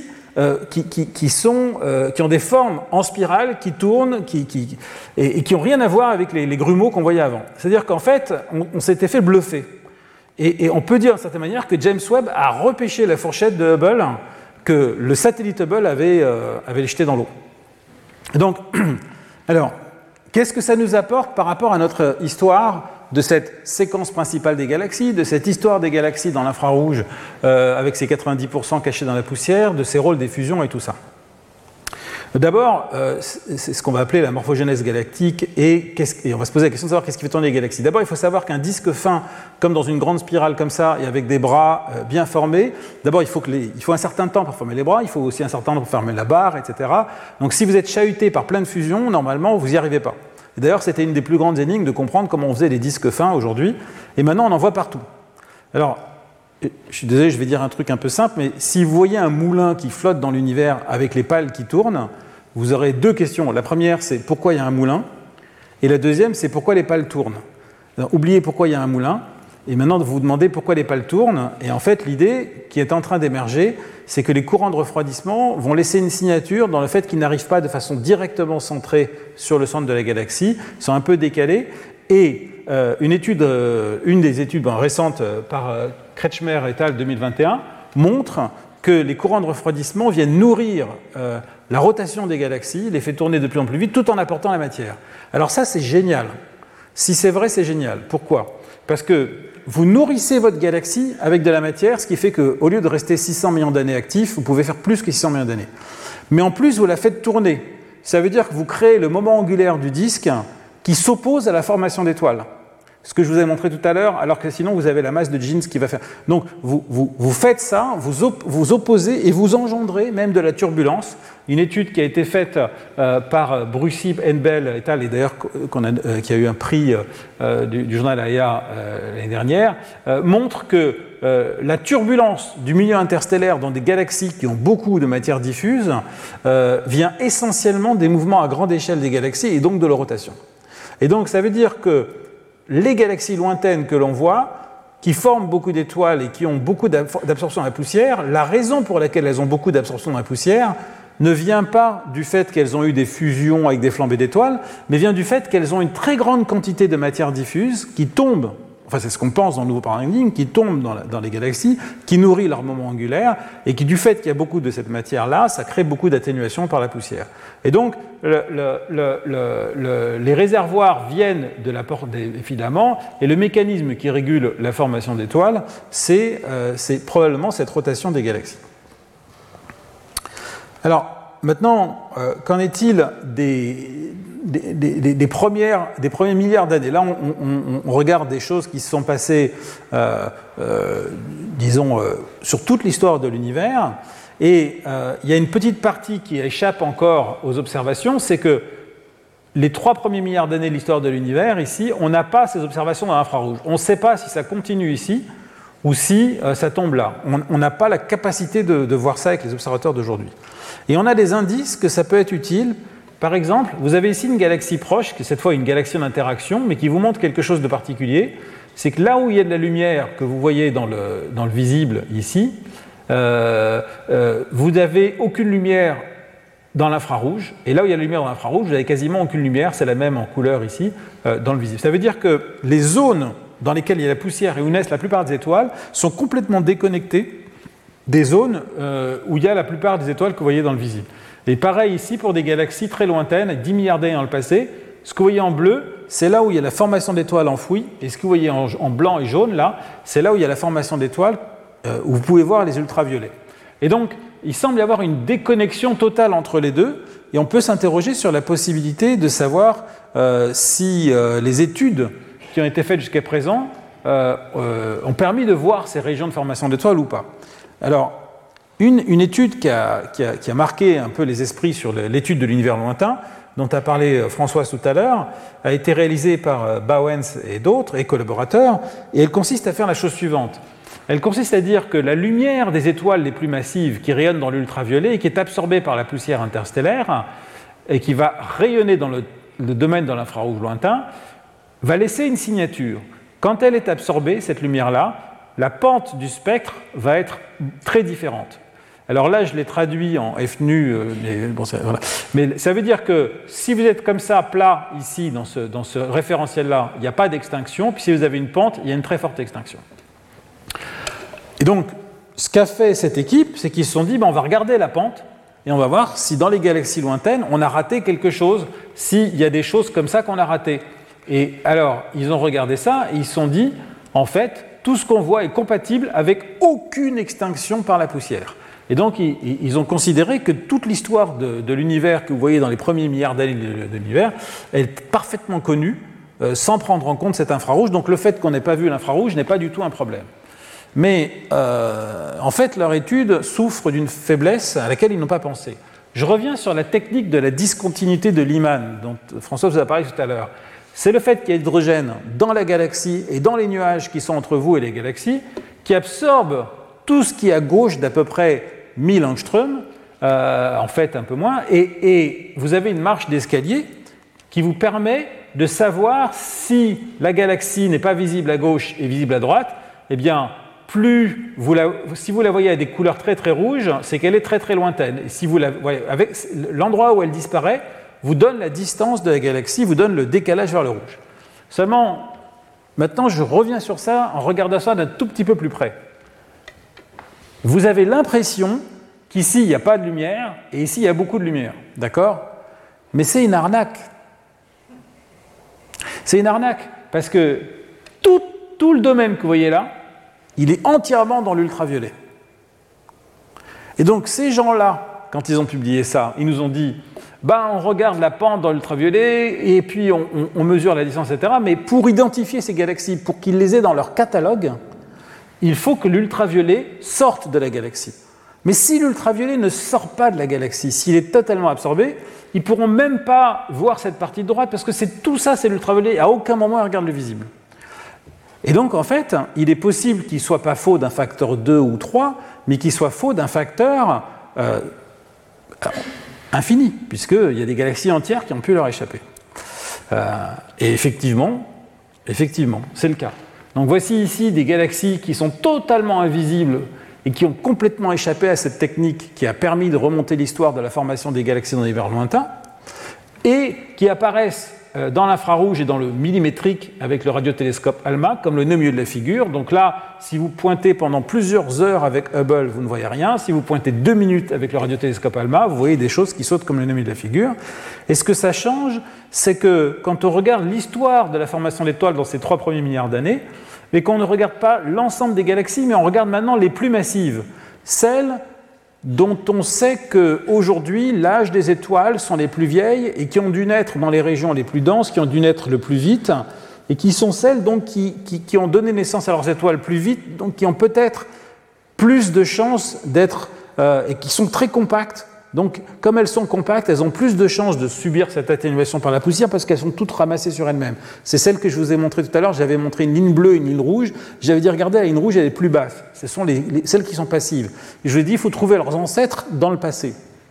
qui ont des formes en spirale, qui tournent, et qui n'ont rien à voir avec les grumeaux qu'on voyait avant. C'est-à-dire qu'en fait, on s'était fait bluffer. Et on peut dire d'une certaine manière que James Webb a repêché la fourchette de Hubble que le satellite Hubble avait jeté dans l'eau. Donc, alors, qu'est-ce que ça nous apporte par rapport à notre histoire de cette séquence principale des galaxies, de cette histoire des galaxies dans l'infrarouge avec ses 90% cachés dans la poussière, de ses rôles des fusions et tout ça? D'abord, c'est ce qu'on va appeler la morphogénèse galactique et on va se poser la question de savoir qu'est-ce qui fait tourner les galaxies. D'abord, il faut savoir qu'un disque fin, comme dans une grande spirale comme ça, et avec des bras bien formés, d'abord, il faut un certain temps pour former les bras, il faut aussi un certain temps pour former la barre, etc. Donc, si vous êtes chahuté par plein de fusions, normalement, vous n'y arrivez pas. Et d'ailleurs, c'était une des plus grandes énigmes de comprendre comment on faisait les disques fins aujourd'hui, et maintenant, on en voit partout. Alors, je suis désolé, je vais dire un truc un peu simple, mais si vous voyez un moulin qui flotte dans l'univers avec les pales qui tournent, vous aurez deux questions. La première, c'est pourquoi il y a un moulin, et la deuxième, c'est pourquoi les pales tournent. Alors, oubliez pourquoi il y a un moulin, et maintenant vous vous demandez pourquoi les pales tournent, et en fait, l'idée qui est en train d'émerger, c'est que les courants de refroidissement vont laisser une signature dans le fait qu'ils n'arrivent pas de façon directement centrée sur le centre de la galaxie, ils sont un peu décalés, et une des études récentes par Kretschmer et al. 2021 montre que les courants de refroidissement viennent nourrir la rotation des galaxies, les fait tourner de plus en plus vite, tout en apportant la matière. Alors ça, c'est génial. Si c'est vrai, c'est génial. Pourquoi ? Parce que vous nourrissez votre galaxie avec de la matière, ce qui fait qu'au lieu de rester 600 millions d'années actifs, vous pouvez faire plus que 600 millions d'années. Mais en plus, vous la faites tourner. Ça veut dire que vous créez le moment angulaire du disque qui s'oppose à la formation d'étoiles. ce que je vous ai montré tout à l'heure, alors que sinon vous avez la masse de jeans qui va faire. Donc vous faites ça, vous opposez et vous engendrez même de la turbulence. Une étude qui a été faite par Brucy, Enbel et al., et d'ailleurs qui a eu un prix du journal AIA l'année dernière, montre que la turbulence du milieu interstellaire dans des galaxies qui ont beaucoup de matière diffuse vient essentiellement des mouvements à grande échelle des galaxies et donc de leur rotation. Et donc ça veut dire que les galaxies lointaines que l'on voit, qui forment beaucoup d'étoiles et qui ont beaucoup d'absorption dans la poussière, la raison pour laquelle elles ont beaucoup d'absorption dans la poussière ne vient pas du fait qu'elles ont eu des fusions avec des flambées d'étoiles, mais vient du fait qu'elles ont une très grande quantité de matière diffuse qui tombe, enfin c'est ce qu'on pense dans le nouveau paradigme, qui tombe dans les galaxies, qui nourrit leur moment angulaire, et qui du fait qu'il y a beaucoup de cette matière-là, ça crée beaucoup d'atténuation par la poussière. Et donc les réservoirs viennent de l'apport des filaments, et le mécanisme qui régule la formation d'étoiles, c'est probablement cette rotation des galaxies. Alors, maintenant, qu'en est-il des premiers milliards d'années? Là, on regarde des choses qui se sont passées, disons, sur toute l'histoire de l'univers, et il y a une petite partie qui échappe encore aux observations, c'est que les 3 premiers milliards d'années de l'histoire de l'univers, ici, on n'a pas ces observations dans l'infrarouge. On ne sait pas si ça continue ici, ou si ça tombe là. On n'a pas la capacité de voir ça avec les observateurs d'aujourd'hui. Et on a des indices que ça peut être utile. Par exemple, vous avez ici une galaxie proche, qui est cette fois une galaxie d'interaction, mais qui vous montre quelque chose de particulier. C'est que là où il y a de la lumière que vous voyez dans le visible ici, vous n'avez aucune lumière dans l'infrarouge. Et là où il y a la lumière dans l'infrarouge, vous n'avez quasiment aucune lumière, c'est la même en couleur ici, dans le visible. Ça veut dire que les zones dans lesquelles il y a la poussière et où naissent la plupart des étoiles sont complètement déconnectées des zones où il y a la plupart des étoiles que vous voyez dans le visible. Et pareil ici pour des galaxies très lointaines, 10 milliards d'années dans le passé, ce que vous voyez en bleu, c'est là où il y a la formation d'étoiles enfouies, et ce que vous voyez en blanc et jaune, là, c'est là où il y a la formation d'étoiles, où vous pouvez voir les ultraviolets. Et donc, il semble y avoir une déconnexion totale entre les deux, et on peut s'interroger sur la possibilité de savoir si les études qui ont été faites jusqu'à présent ont permis de voir ces régions de formation d'étoiles ou pas. Alors, une étude qui a marqué un peu les esprits sur l'étude de l'univers lointain, dont a parlé Françoise tout à l'heure, a été réalisée par Bowens et d'autres, et collaborateurs, et elle consiste à faire la chose suivante. Elle consiste à dire que la lumière des étoiles les plus massives qui rayonnent dans l'ultraviolet et qui est absorbée par la poussière interstellaire et qui va rayonner dans le domaine de l'infrarouge lointain, va laisser une signature. Quand elle est absorbée, cette lumière-là, la pente du spectre va être très différente. Alors là, je l'ai traduit en f nu, voilà. Mais ça veut dire que si vous êtes comme ça, plat, ici, dans ce référentiel-là, il n'y a pas d'extinction, puis si vous avez une pente, il y a une très forte extinction. Et donc, ce qu'a fait cette équipe, c'est qu'ils se sont dit, on va regarder la pente, et on va voir si dans les galaxies lointaines, on a raté quelque chose, s'il y a des choses comme ça qu'on a ratées. Et alors, ils ont regardé ça, et ils se sont dit, en fait, tout ce qu'on voit est compatible avec aucune extinction par la poussière. Et donc, ils ont considéré que toute l'histoire de l'univers que vous voyez dans les premiers milliards d'années de l'univers est parfaitement connue, sans prendre en compte cet infrarouge. Donc, le fait qu'on n'ait pas vu l'infrarouge n'est pas du tout un problème. Mais, en fait, leur étude souffre d'une faiblesse à laquelle ils n'ont pas pensé. Je reviens sur la technique de la discontinuité de Lyman, dont François vous a parlé tout à l'heure. C'est le fait qu'il y ait de l'hydrogène dans la galaxie et dans les nuages qui sont entre vous et les galaxies, qui absorbe tout ce qui est à gauche d'à peu près 1000 angstroms, en fait un peu moins, et vous avez une marche d'escalier qui vous permet de savoir si la galaxie n'est pas visible à gauche et visible à droite. Eh bien, si vous la voyez à des couleurs très très rouges, c'est qu'elle est très très lointaine. Et si vous la voyez avec l'endroit où elle disparaît, vous donne la distance de la galaxie, vous donne le décalage vers le rouge. Seulement, maintenant, je reviens sur ça en regardant ça d'un tout petit peu plus près. Vous avez l'impression qu'ici, il n'y a pas de lumière, et ici, il y a beaucoup de lumière. D'accord ? Mais c'est une arnaque. C'est une arnaque, parce que tout le domaine que vous voyez là, il est entièrement dans l'ultraviolet. Et donc, ces gens-là, quand ils ont publié ça, ils nous ont dit on regarde la pente dans l'ultraviolet et puis on mesure la distance, etc. Mais pour identifier ces galaxies, pour qu'ils les aient dans leur catalogue, il faut que l'ultraviolet sorte de la galaxie. Mais si l'ultraviolet ne sort pas de la galaxie, s'il est totalement absorbé, ils ne pourront même pas voir cette partie de droite parce que tout ça, c'est l'ultraviolet. À aucun moment, ils regardent le visible. Et donc, en fait, il est possible qu'il ne soit pas faux d'un facteur 2 ou 3, mais qu'il soit faux d'un facteur infini, puisqu'il y a des galaxies entières qui ont pu leur échapper. Et effectivement, c'est le cas. Donc voici ici des galaxies qui sont totalement invisibles et qui ont complètement échappé à cette technique qui a permis de remonter l'histoire de la formation des galaxies dans l'univers lointain, et qui apparaissent dans l'infrarouge et dans le millimétrique avec le radiotélescope ALMA, comme le nez au milieu de la figure. Donc là, si vous pointez pendant plusieurs heures avec Hubble, vous ne voyez rien. Si vous pointez 2 minutes avec le radiotélescope ALMA, vous voyez des choses qui sautent comme le nez au milieu de la figure. Et ce que ça change, c'est que quand on regarde l'histoire de la formation d'étoiles dans ces 3 premiers milliards d'années, mais qu'on ne regarde pas l'ensemble des galaxies, mais on regarde maintenant les plus massives, celles dont on sait qu'aujourd'hui, l'âge des étoiles sont les plus vieilles et qui ont dû naître dans les régions les plus denses, qui ont dû naître le plus vite, et qui sont celles donc, qui ont donné naissance à leurs étoiles plus vite, donc qui ont peut-être plus de chances d'être, et qui sont très compactes. Donc, comme elles sont compactes, elles ont plus de chances de subir cette atténuation par la poussière parce qu'elles sont toutes ramassées sur elles-mêmes. C'est celle que je vous ai montrée tout à l'heure. J'avais montré une ligne bleue et une ligne rouge. J'avais dit, regardez, la ligne rouge, elle est plus basse. Ce sont celles qui sont passives. Et je vous ai dit, il faut trouver leurs ancêtres dans le passé.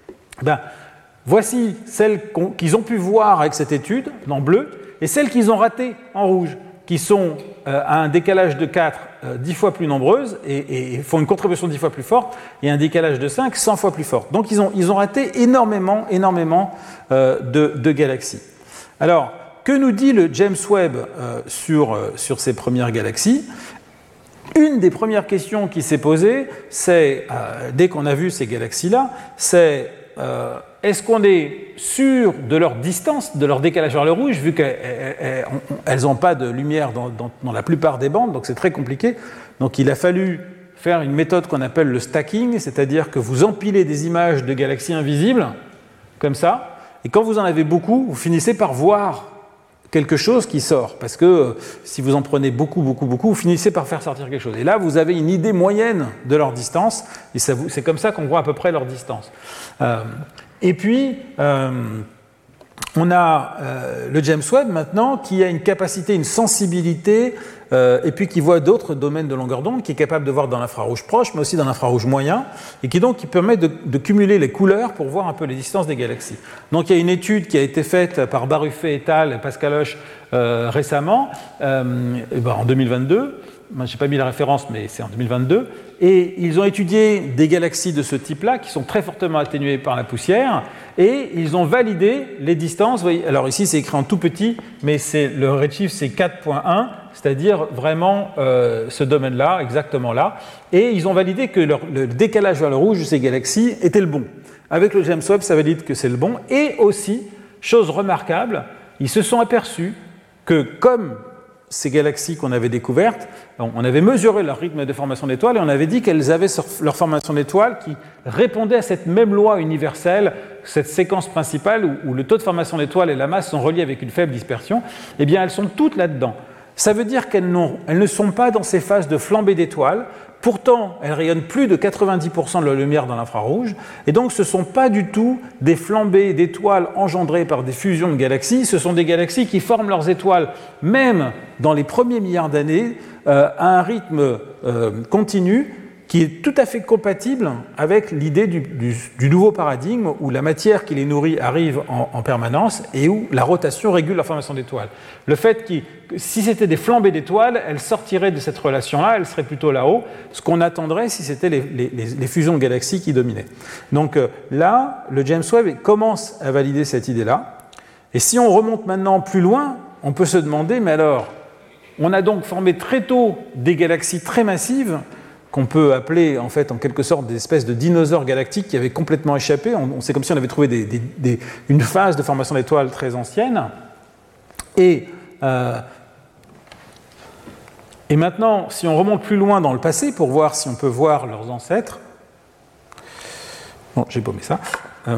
Voici celles qu'ils ont pu voir avec cette étude, en bleu, et celles qu'ils ont ratées en rouge, qui sont à un décalage de 4 10 fois plus nombreuses et font une contribution 10 fois plus forte, et un décalage de 5 100 fois plus fort. Donc ils ont raté énormément de galaxies. Alors, que nous dit le James Webb sur ces premières galaxies ? Une des premières questions qui s'est posée, c'est, dès qu'on a vu ces galaxies-là, c'est est-ce qu'on est sûr de leur distance, de leur décalage vers le rouge, vu qu'elles n'ont pas de lumière dans la plupart des bandes, donc c'est très compliqué. Donc il a fallu faire une méthode qu'on appelle le stacking, c'est-à-dire que vous empilez des images de galaxies invisibles, comme ça, et quand vous en avez beaucoup, vous finissez par voir quelque chose qui sort, parce que si vous en prenez beaucoup, vous finissez par faire sortir quelque chose. Et là, vous avez une idée moyenne de leur distance, et c'est comme ça qu'on voit à peu près leur distance. Et puis, on a le James Webb maintenant qui a une capacité, une sensibilité, et puis qui voit d'autres domaines de longueur d'onde, qui est capable de voir dans l'infrarouge proche, mais aussi dans l'infrarouge moyen, et qui permet de cumuler les couleurs pour voir un peu les distances des galaxies. Donc il y a une étude qui a été faite par Baruffet et al. Et Pascal Hoche récemment, en 2022. Je n'ai pas mis la référence, mais c'est en 2022. Et ils ont étudié des galaxies de ce type-là, qui sont très fortement atténuées par la poussière, et ils ont validé les distances. Alors ici, c'est écrit en tout petit, mais le redshift, c'est 4.1, c'est-à-dire vraiment ce domaine-là, exactement là. Et ils ont validé que le décalage vers le rouge de ces galaxies était le bon. Avec le James Webb, ça valide que c'est le bon. Et aussi, chose remarquable, ils se sont aperçus que comme ces galaxies qu'on avait découvertes, on avait mesuré leur rythme de formation d'étoiles et on avait dit qu'elles avaient leur formation d'étoiles qui répondait à cette même loi universelle, cette séquence principale où le taux de formation d'étoiles et la masse sont reliés avec une faible dispersion. Eh bien, elles sont toutes là-dedans. Ça veut dire qu'elles ne sont pas dans ces phases de flambée d'étoiles. Pourtant, elles rayonnent plus de 90% de la lumière dans l'infrarouge, et donc ce ne sont pas du tout des flambées d'étoiles engendrées par des fusions de galaxies, ce sont des galaxies qui forment leurs étoiles, même dans les premiers milliards d'années, à un rythme continu, qui est tout à fait compatible avec l'idée du nouveau paradigme où la matière qui les nourrit arrive en permanence et où la rotation régule la formation d'étoiles. Le fait que si c'était des flambées d'étoiles, elles sortiraient de cette relation-là, elles seraient plutôt là-haut, ce qu'on attendrait si c'était les fusions de galaxies qui dominaient. Donc là, le James Webb commence à valider cette idée-là. Et si on remonte maintenant plus loin, on peut se demander, mais alors, on a donc formé très tôt des galaxies très massives, qu'on peut appeler en fait en quelque sorte des espèces de dinosaures galactiques qui avaient complètement échappé. C'est comme si on avait trouvé une phase de formation d'étoiles très ancienne. Et maintenant, si on remonte plus loin dans le passé pour voir si on peut voir leurs ancêtres, Bon, j'ai paumé ça. Non.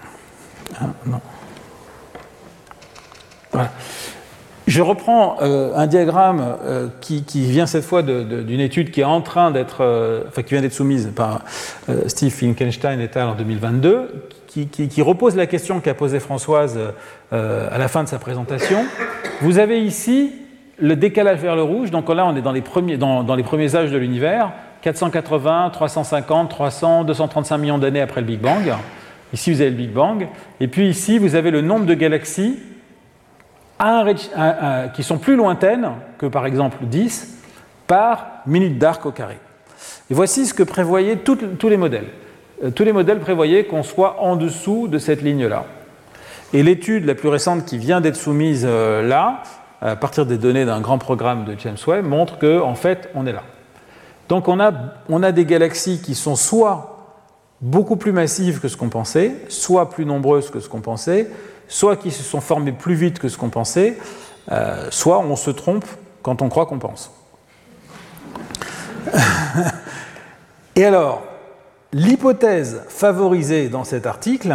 Voilà. Je reprends un diagramme qui vient cette fois d'une étude qui est en train d'être, qui vient d'être soumise par Steve Finkelstein et al. En 2022, qui repose la question qu'a posée Françoise à la fin de sa présentation. Vous avez ici le décalage vers le rouge, donc là on est dans les premiers âges de l'univers, 480, 350, 300, 235 millions d'années après le Big Bang. Ici vous avez le Big Bang, et puis ici vous avez le nombre de galaxies qui sont plus lointaines que par exemple 10 par minute d'arc au carré. Et voici ce que prévoyaient tous les modèles. Tous les modèles prévoyaient qu'on soit en dessous de cette ligne-là. Et l'étude la plus récente qui vient d'être soumise là, à partir des données d'un grand programme de James Webb, montre qu'en fait, on est là. Donc on a des galaxies qui sont soit beaucoup plus massives que ce qu'on pensait, soit plus nombreuses que ce qu'on pensait, soit qui se sont formées plus vite que ce qu'on pensait, soit on se trompe quand on croit qu'on pense. Et alors, l'hypothèse favorisée dans cet article,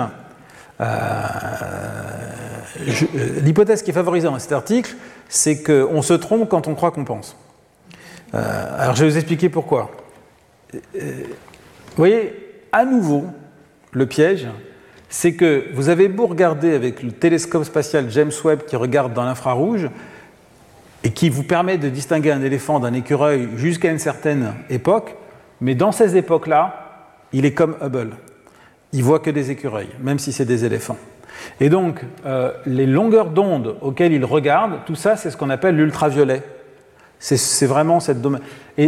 l'hypothèse qui est favorisée dans cet article, c'est qu'on se trompe quand on croit qu'on pense. Alors je vais vous expliquer pourquoi. Vous voyez, à nouveau, le piège, c'est que vous avez beau regarder avec le télescope spatial James Webb qui regarde dans l'infrarouge et qui vous permet de distinguer un éléphant d'un écureuil jusqu'à une certaine époque, mais dans ces époques-là, il est comme Hubble. Il ne voit que des écureuils, même si c'est des éléphants. Et donc, les longueurs d'onde auxquelles il regarde, tout ça, c'est ce qu'on appelle l'ultraviolet. C'est vraiment cette domaine.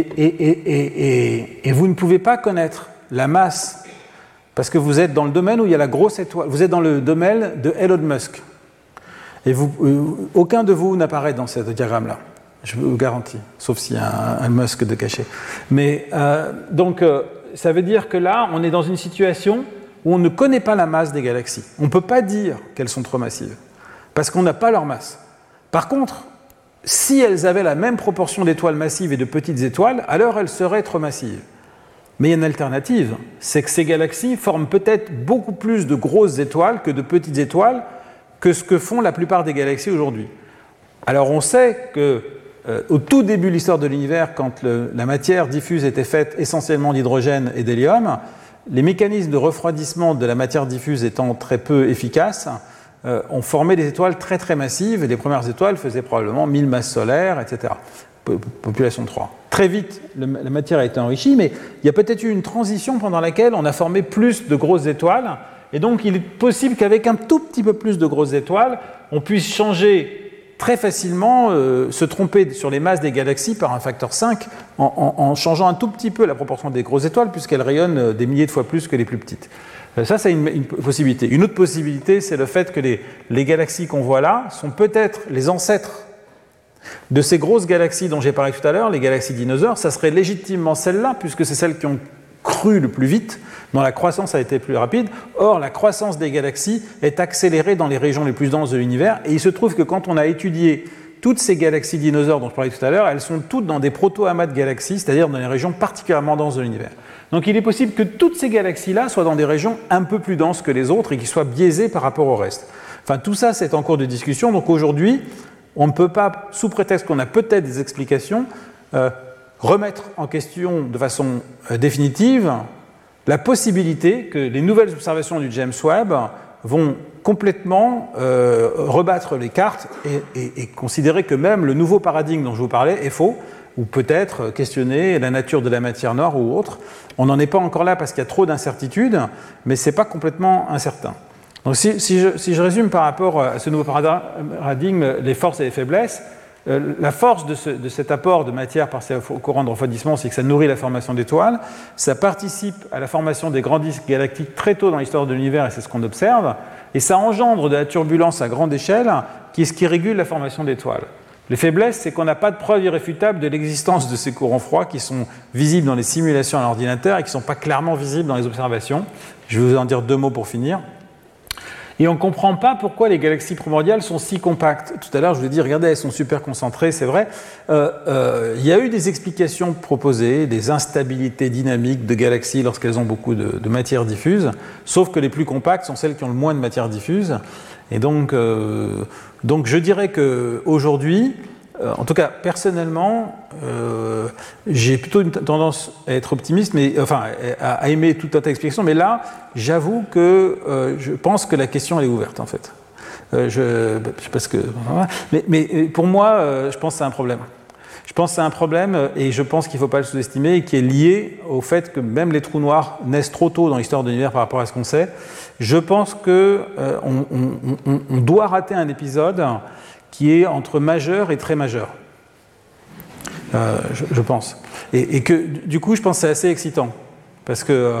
Et vous ne pouvez pas connaître la masse, parce que vous êtes dans le domaine où il y a la grosse étoile. Vous êtes dans le domaine de Elon Musk. Et aucun de vous n'apparaît dans ce diagramme-là. Je vous le garantis, sauf s'il y a un Musk de caché. Mais donc, ça veut dire que là, on est dans une situation où on ne connaît pas la masse des galaxies. On ne peut pas dire qu'elles sont trop massives, parce qu'on n'a pas leur masse. Par contre, si elles avaient la même proportion d'étoiles massives et de petites étoiles, alors elles seraient trop massives. Mais il y a une alternative, c'est que ces galaxies forment peut-être beaucoup plus de grosses étoiles que de petites étoiles que ce que font la plupart des galaxies aujourd'hui. Alors on sait que au tout début de l'histoire de l'univers, quand la matière diffuse était faite essentiellement d'hydrogène et d'hélium, les mécanismes de refroidissement de la matière diffuse étant très peu efficaces, ont formé des étoiles très très massives, et les premières étoiles faisaient probablement 1000 masses solaires, etc. Population de 3. Très vite, la matière a été enrichie, mais il y a peut-être eu une transition pendant laquelle on a formé plus de grosses étoiles, et donc il est possible qu'avec un tout petit peu plus de grosses étoiles, on puisse changer très facilement, se tromper sur les masses des galaxies par un facteur 5 en changeant un tout petit peu la proportion des grosses étoiles, puisqu'elles rayonnent des milliers de fois plus que les plus petites. Ça, c'est une possibilité. Une autre possibilité, c'est le fait que les galaxies qu'on voit là sont peut-être les ancêtres de ces grosses galaxies dont j'ai parlé tout à l'heure, les galaxies dinosaures. Ça serait légitimement celles-là, puisque c'est celles qui ont cru le plus vite, dont la croissance a été plus rapide. Or, la croissance des galaxies est accélérée dans les régions les plus denses de l'univers, et il se trouve que quand on a étudié toutes ces galaxies dinosaures dont je parlais tout à l'heure, elles sont toutes dans des proto-amas de galaxies, c'est-à-dire dans les régions particulièrement denses de l'univers. Donc il est possible que toutes ces galaxies-là soient dans des régions un peu plus denses que les autres et qui soient biaisées par rapport au reste. Enfin, tout ça, c'est en cours de discussion. Donc aujourd'hui, on ne peut pas, sous prétexte qu'on a peut-être des explications, remettre en question de façon définitive la possibilité que les nouvelles observations du James Webb vont complètement rebattre les cartes et considérer que même le nouveau paradigme dont je vous parlais est faux, ou peut-être questionner la nature de la matière noire ou autre. On n'en est pas encore là parce qu'il y a trop d'incertitudes, mais ce n'est pas complètement incertain. Donc si je résume par rapport à ce nouveau paradigme, les forces et les faiblesses, la force de cet apport de matière par ces courants de refroidissement, c'est que ça nourrit la formation d'étoiles, ça participe à la formation des grands disques galactiques très tôt dans l'histoire de l'univers, et c'est ce qu'on observe, et ça engendre de la turbulence à grande échelle, qui est ce qui régule la formation d'étoiles. Les faiblesses, c'est qu'on n'a pas de preuve irréfutable de l'existence de ces courants froids qui sont visibles dans les simulations à l'ordinateur et qui ne sont pas clairement visibles dans les observations. Je vais vous en dire deux mots pour finir. Et on ne comprend pas pourquoi les galaxies primordiales sont si compactes. Tout à l'heure, je vous ai dit, regardez, elles sont super concentrées, c'est vrai. Il y a eu des explications proposées, des instabilités dynamiques de galaxies lorsqu'elles ont beaucoup de matière diffuse, sauf que les plus compactes sont celles qui ont le moins de matière diffuse. Et donc je dirais qu'aujourd'hui, en tout cas, personnellement, j'ai plutôt une tendance à être optimiste, à aimer tout un tas d'explications, mais là, j'avoue que je pense que la question, elle est ouverte, en fait. Mais pour moi, je pense que c'est un problème. Je pense que c'est un problème, et je pense qu'il ne faut pas le sous-estimer, et qui est lié au fait que même les trous noirs naissent trop tôt dans l'histoire de l'univers par rapport à ce qu'on sait. Je pense qu'on doit rater un épisode qui est entre majeur et très majeur. Je pense. Et que, du coup, je pense que c'est assez excitant. Parce que...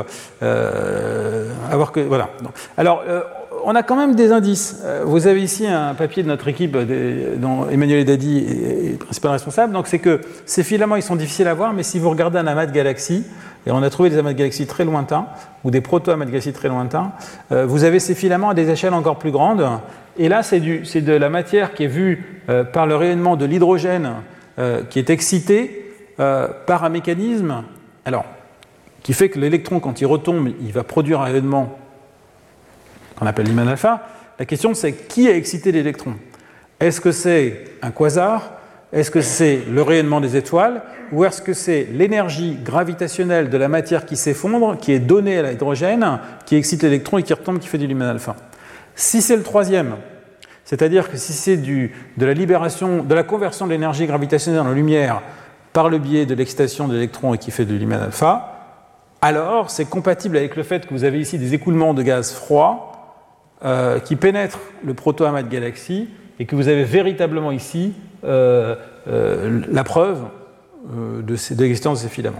voilà. Alors, on a quand même des indices. Vous avez ici un papier de notre équipe dont Emmanuel Edadi est le principal responsable. Donc, c'est que ces filaments, ils sont difficiles à voir, mais si vous regardez un amas de galaxies, et on a trouvé des amas de galaxies très lointains, ou des proto-amas de galaxies très lointains, vous avez ces filaments à des échelles encore plus grandes. Et là, c'est de la matière qui est vue par le rayonnement de l'hydrogène qui est excité par un mécanisme qui fait que l'électron, quand il retombe, il va produire un rayonnement qu'on appelle Lyman alpha. La question, c'est qui a excité l'électron? Est-ce que c'est un quasar? Est-ce que c'est le rayonnement des étoiles? Ou est-ce que c'est l'énergie gravitationnelle de la matière qui s'effondre, qui est donnée à l'hydrogène, qui excite l'électron et qui retombe, qui fait du Lyman alpha? Si c'est le troisième, c'est-à-dire que si c'est de la libération, de la conversion de l'énergie gravitationnelle en lumière par le biais de l'excitation de l'électron et qui fait du Lyman alpha, alors c'est compatible avec le fait que vous avez ici des écoulements de gaz froid qui pénètrent le proto-amas de galaxies et que vous avez véritablement ici la preuve de l'existence de ces filaments.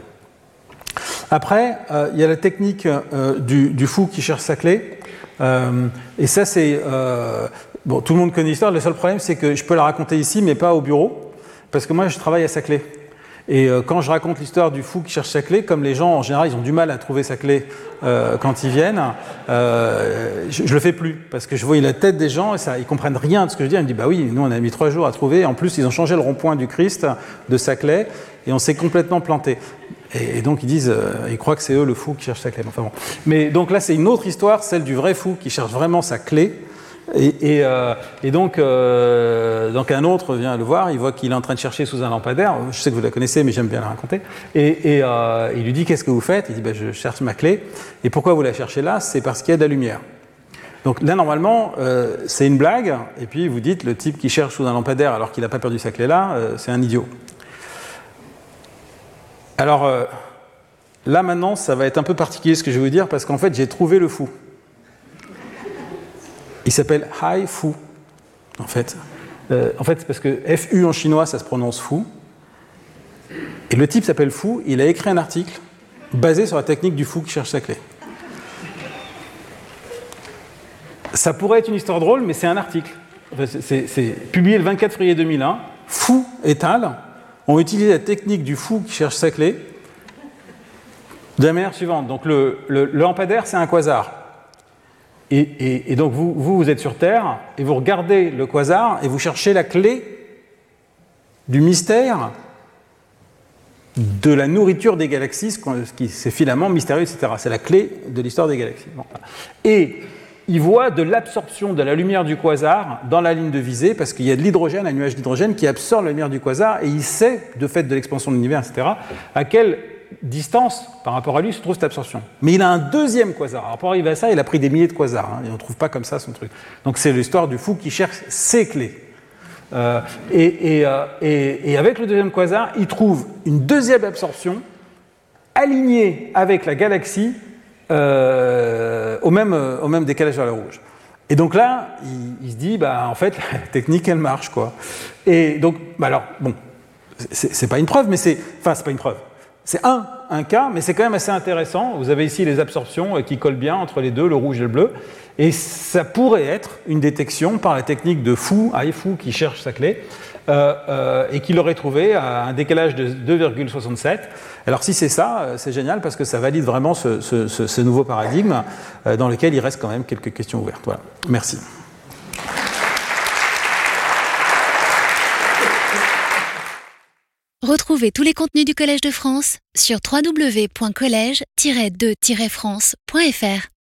Après, il y a la technique du fou qui cherche sa clé. Et ça, c'est... bon, tout le monde connaît l'histoire. Le seul problème, c'est que je peux la raconter ici, mais pas au bureau, parce que moi, je travaille à sa clé. Et quand je raconte l'histoire du fou qui cherche sa clé, comme les gens, en général, ils ont du mal à trouver sa clé quand ils viennent, je le fais plus, parce que je vois la tête des gens, et ils comprennent rien de ce que je dis. Ils me disent, bah oui, nous, on a mis 3 jours à trouver. En plus, ils ont changé le rond-point du Christ, de sa clé, et on s'est complètement planté. Et donc, ils disent, ils croient que c'est eux le fou qui cherche sa clé. Enfin bon. Mais donc là, c'est une autre histoire, celle du vrai fou qui cherche vraiment sa clé. Et donc un autre vient le voir, il voit qu'il est en train de chercher sous un lampadaire. Je sais que vous la connaissez, mais j'aime bien la raconter. Et il lui dit, qu'est-ce que vous faites? Il dit, bah, je cherche ma clé. Et pourquoi vous la cherchez là? C'est parce qu'il y a de la lumière. Donc là, normalement, c'est une blague. Et puis vous dites, le type qui cherche sous un lampadaire alors qu'il n'a pas perdu sa clé là, c'est un idiot. Alors là, maintenant, ça va être un peu particulier ce que je vais vous dire, parce qu'en fait, j'ai trouvé le fou. Il s'appelle Hai Fu, en fait. C'est parce que FU en chinois, ça se prononce fou. Et le type s'appelle Fu, il a écrit un article basé sur la technique du fou qui cherche sa clé. Ça pourrait être une histoire drôle, mais c'est un article. C'est publié le 24 février 2001. Fu et al. Ont utilisé la technique du fou qui cherche sa clé de la manière suivante. Donc le lampadaire, c'est un quasar. Et donc vous êtes sur Terre et vous regardez le quasar et vous cherchez la clé du mystère de la nourriture des galaxies, ces filaments mystérieux, etc. C'est la clé de l'histoire des galaxies. Bon. Et il voit de l'absorption de la lumière du quasar dans la ligne de visée, parce qu'il y a de l'hydrogène, un nuage d'hydrogène qui absorbe la lumière du quasar, et il sait, de fait de l'expansion de l'univers, etc., à quelle distance par rapport à lui se trouve cette absorption. Mais il a un deuxième quasar. Alors pour arriver à ça, il a pris des milliers de quasars, et on ne trouve pas comme ça son truc. Donc c'est l'histoire du fou qui cherche ses clés. Et avec le deuxième quasar, il trouve une deuxième absorption alignée avec la galaxie au même décalage vers le rouge. Et donc là, il se dit, bah, en fait, la technique, elle marche, quoi. Et donc, bah alors, bon, c'est pas une preuve, mais c'est pas une preuve. C'est un un cas, mais c'est quand même assez intéressant. Vous avez ici les absorptions qui collent bien entre les deux, le rouge et le bleu. Et ça pourrait être une détection par la technique de fou, Ai-Fu, qui cherche sa clé, et qui l'aurait trouvé à un décalage de 2,67. Alors si c'est ça, c'est génial parce que ça valide vraiment ce nouveau paradigme dans lequel il reste quand même quelques questions ouvertes. Voilà. Merci. Retrouvez tous les contenus du Collège de France sur www.collège-2-france.fr.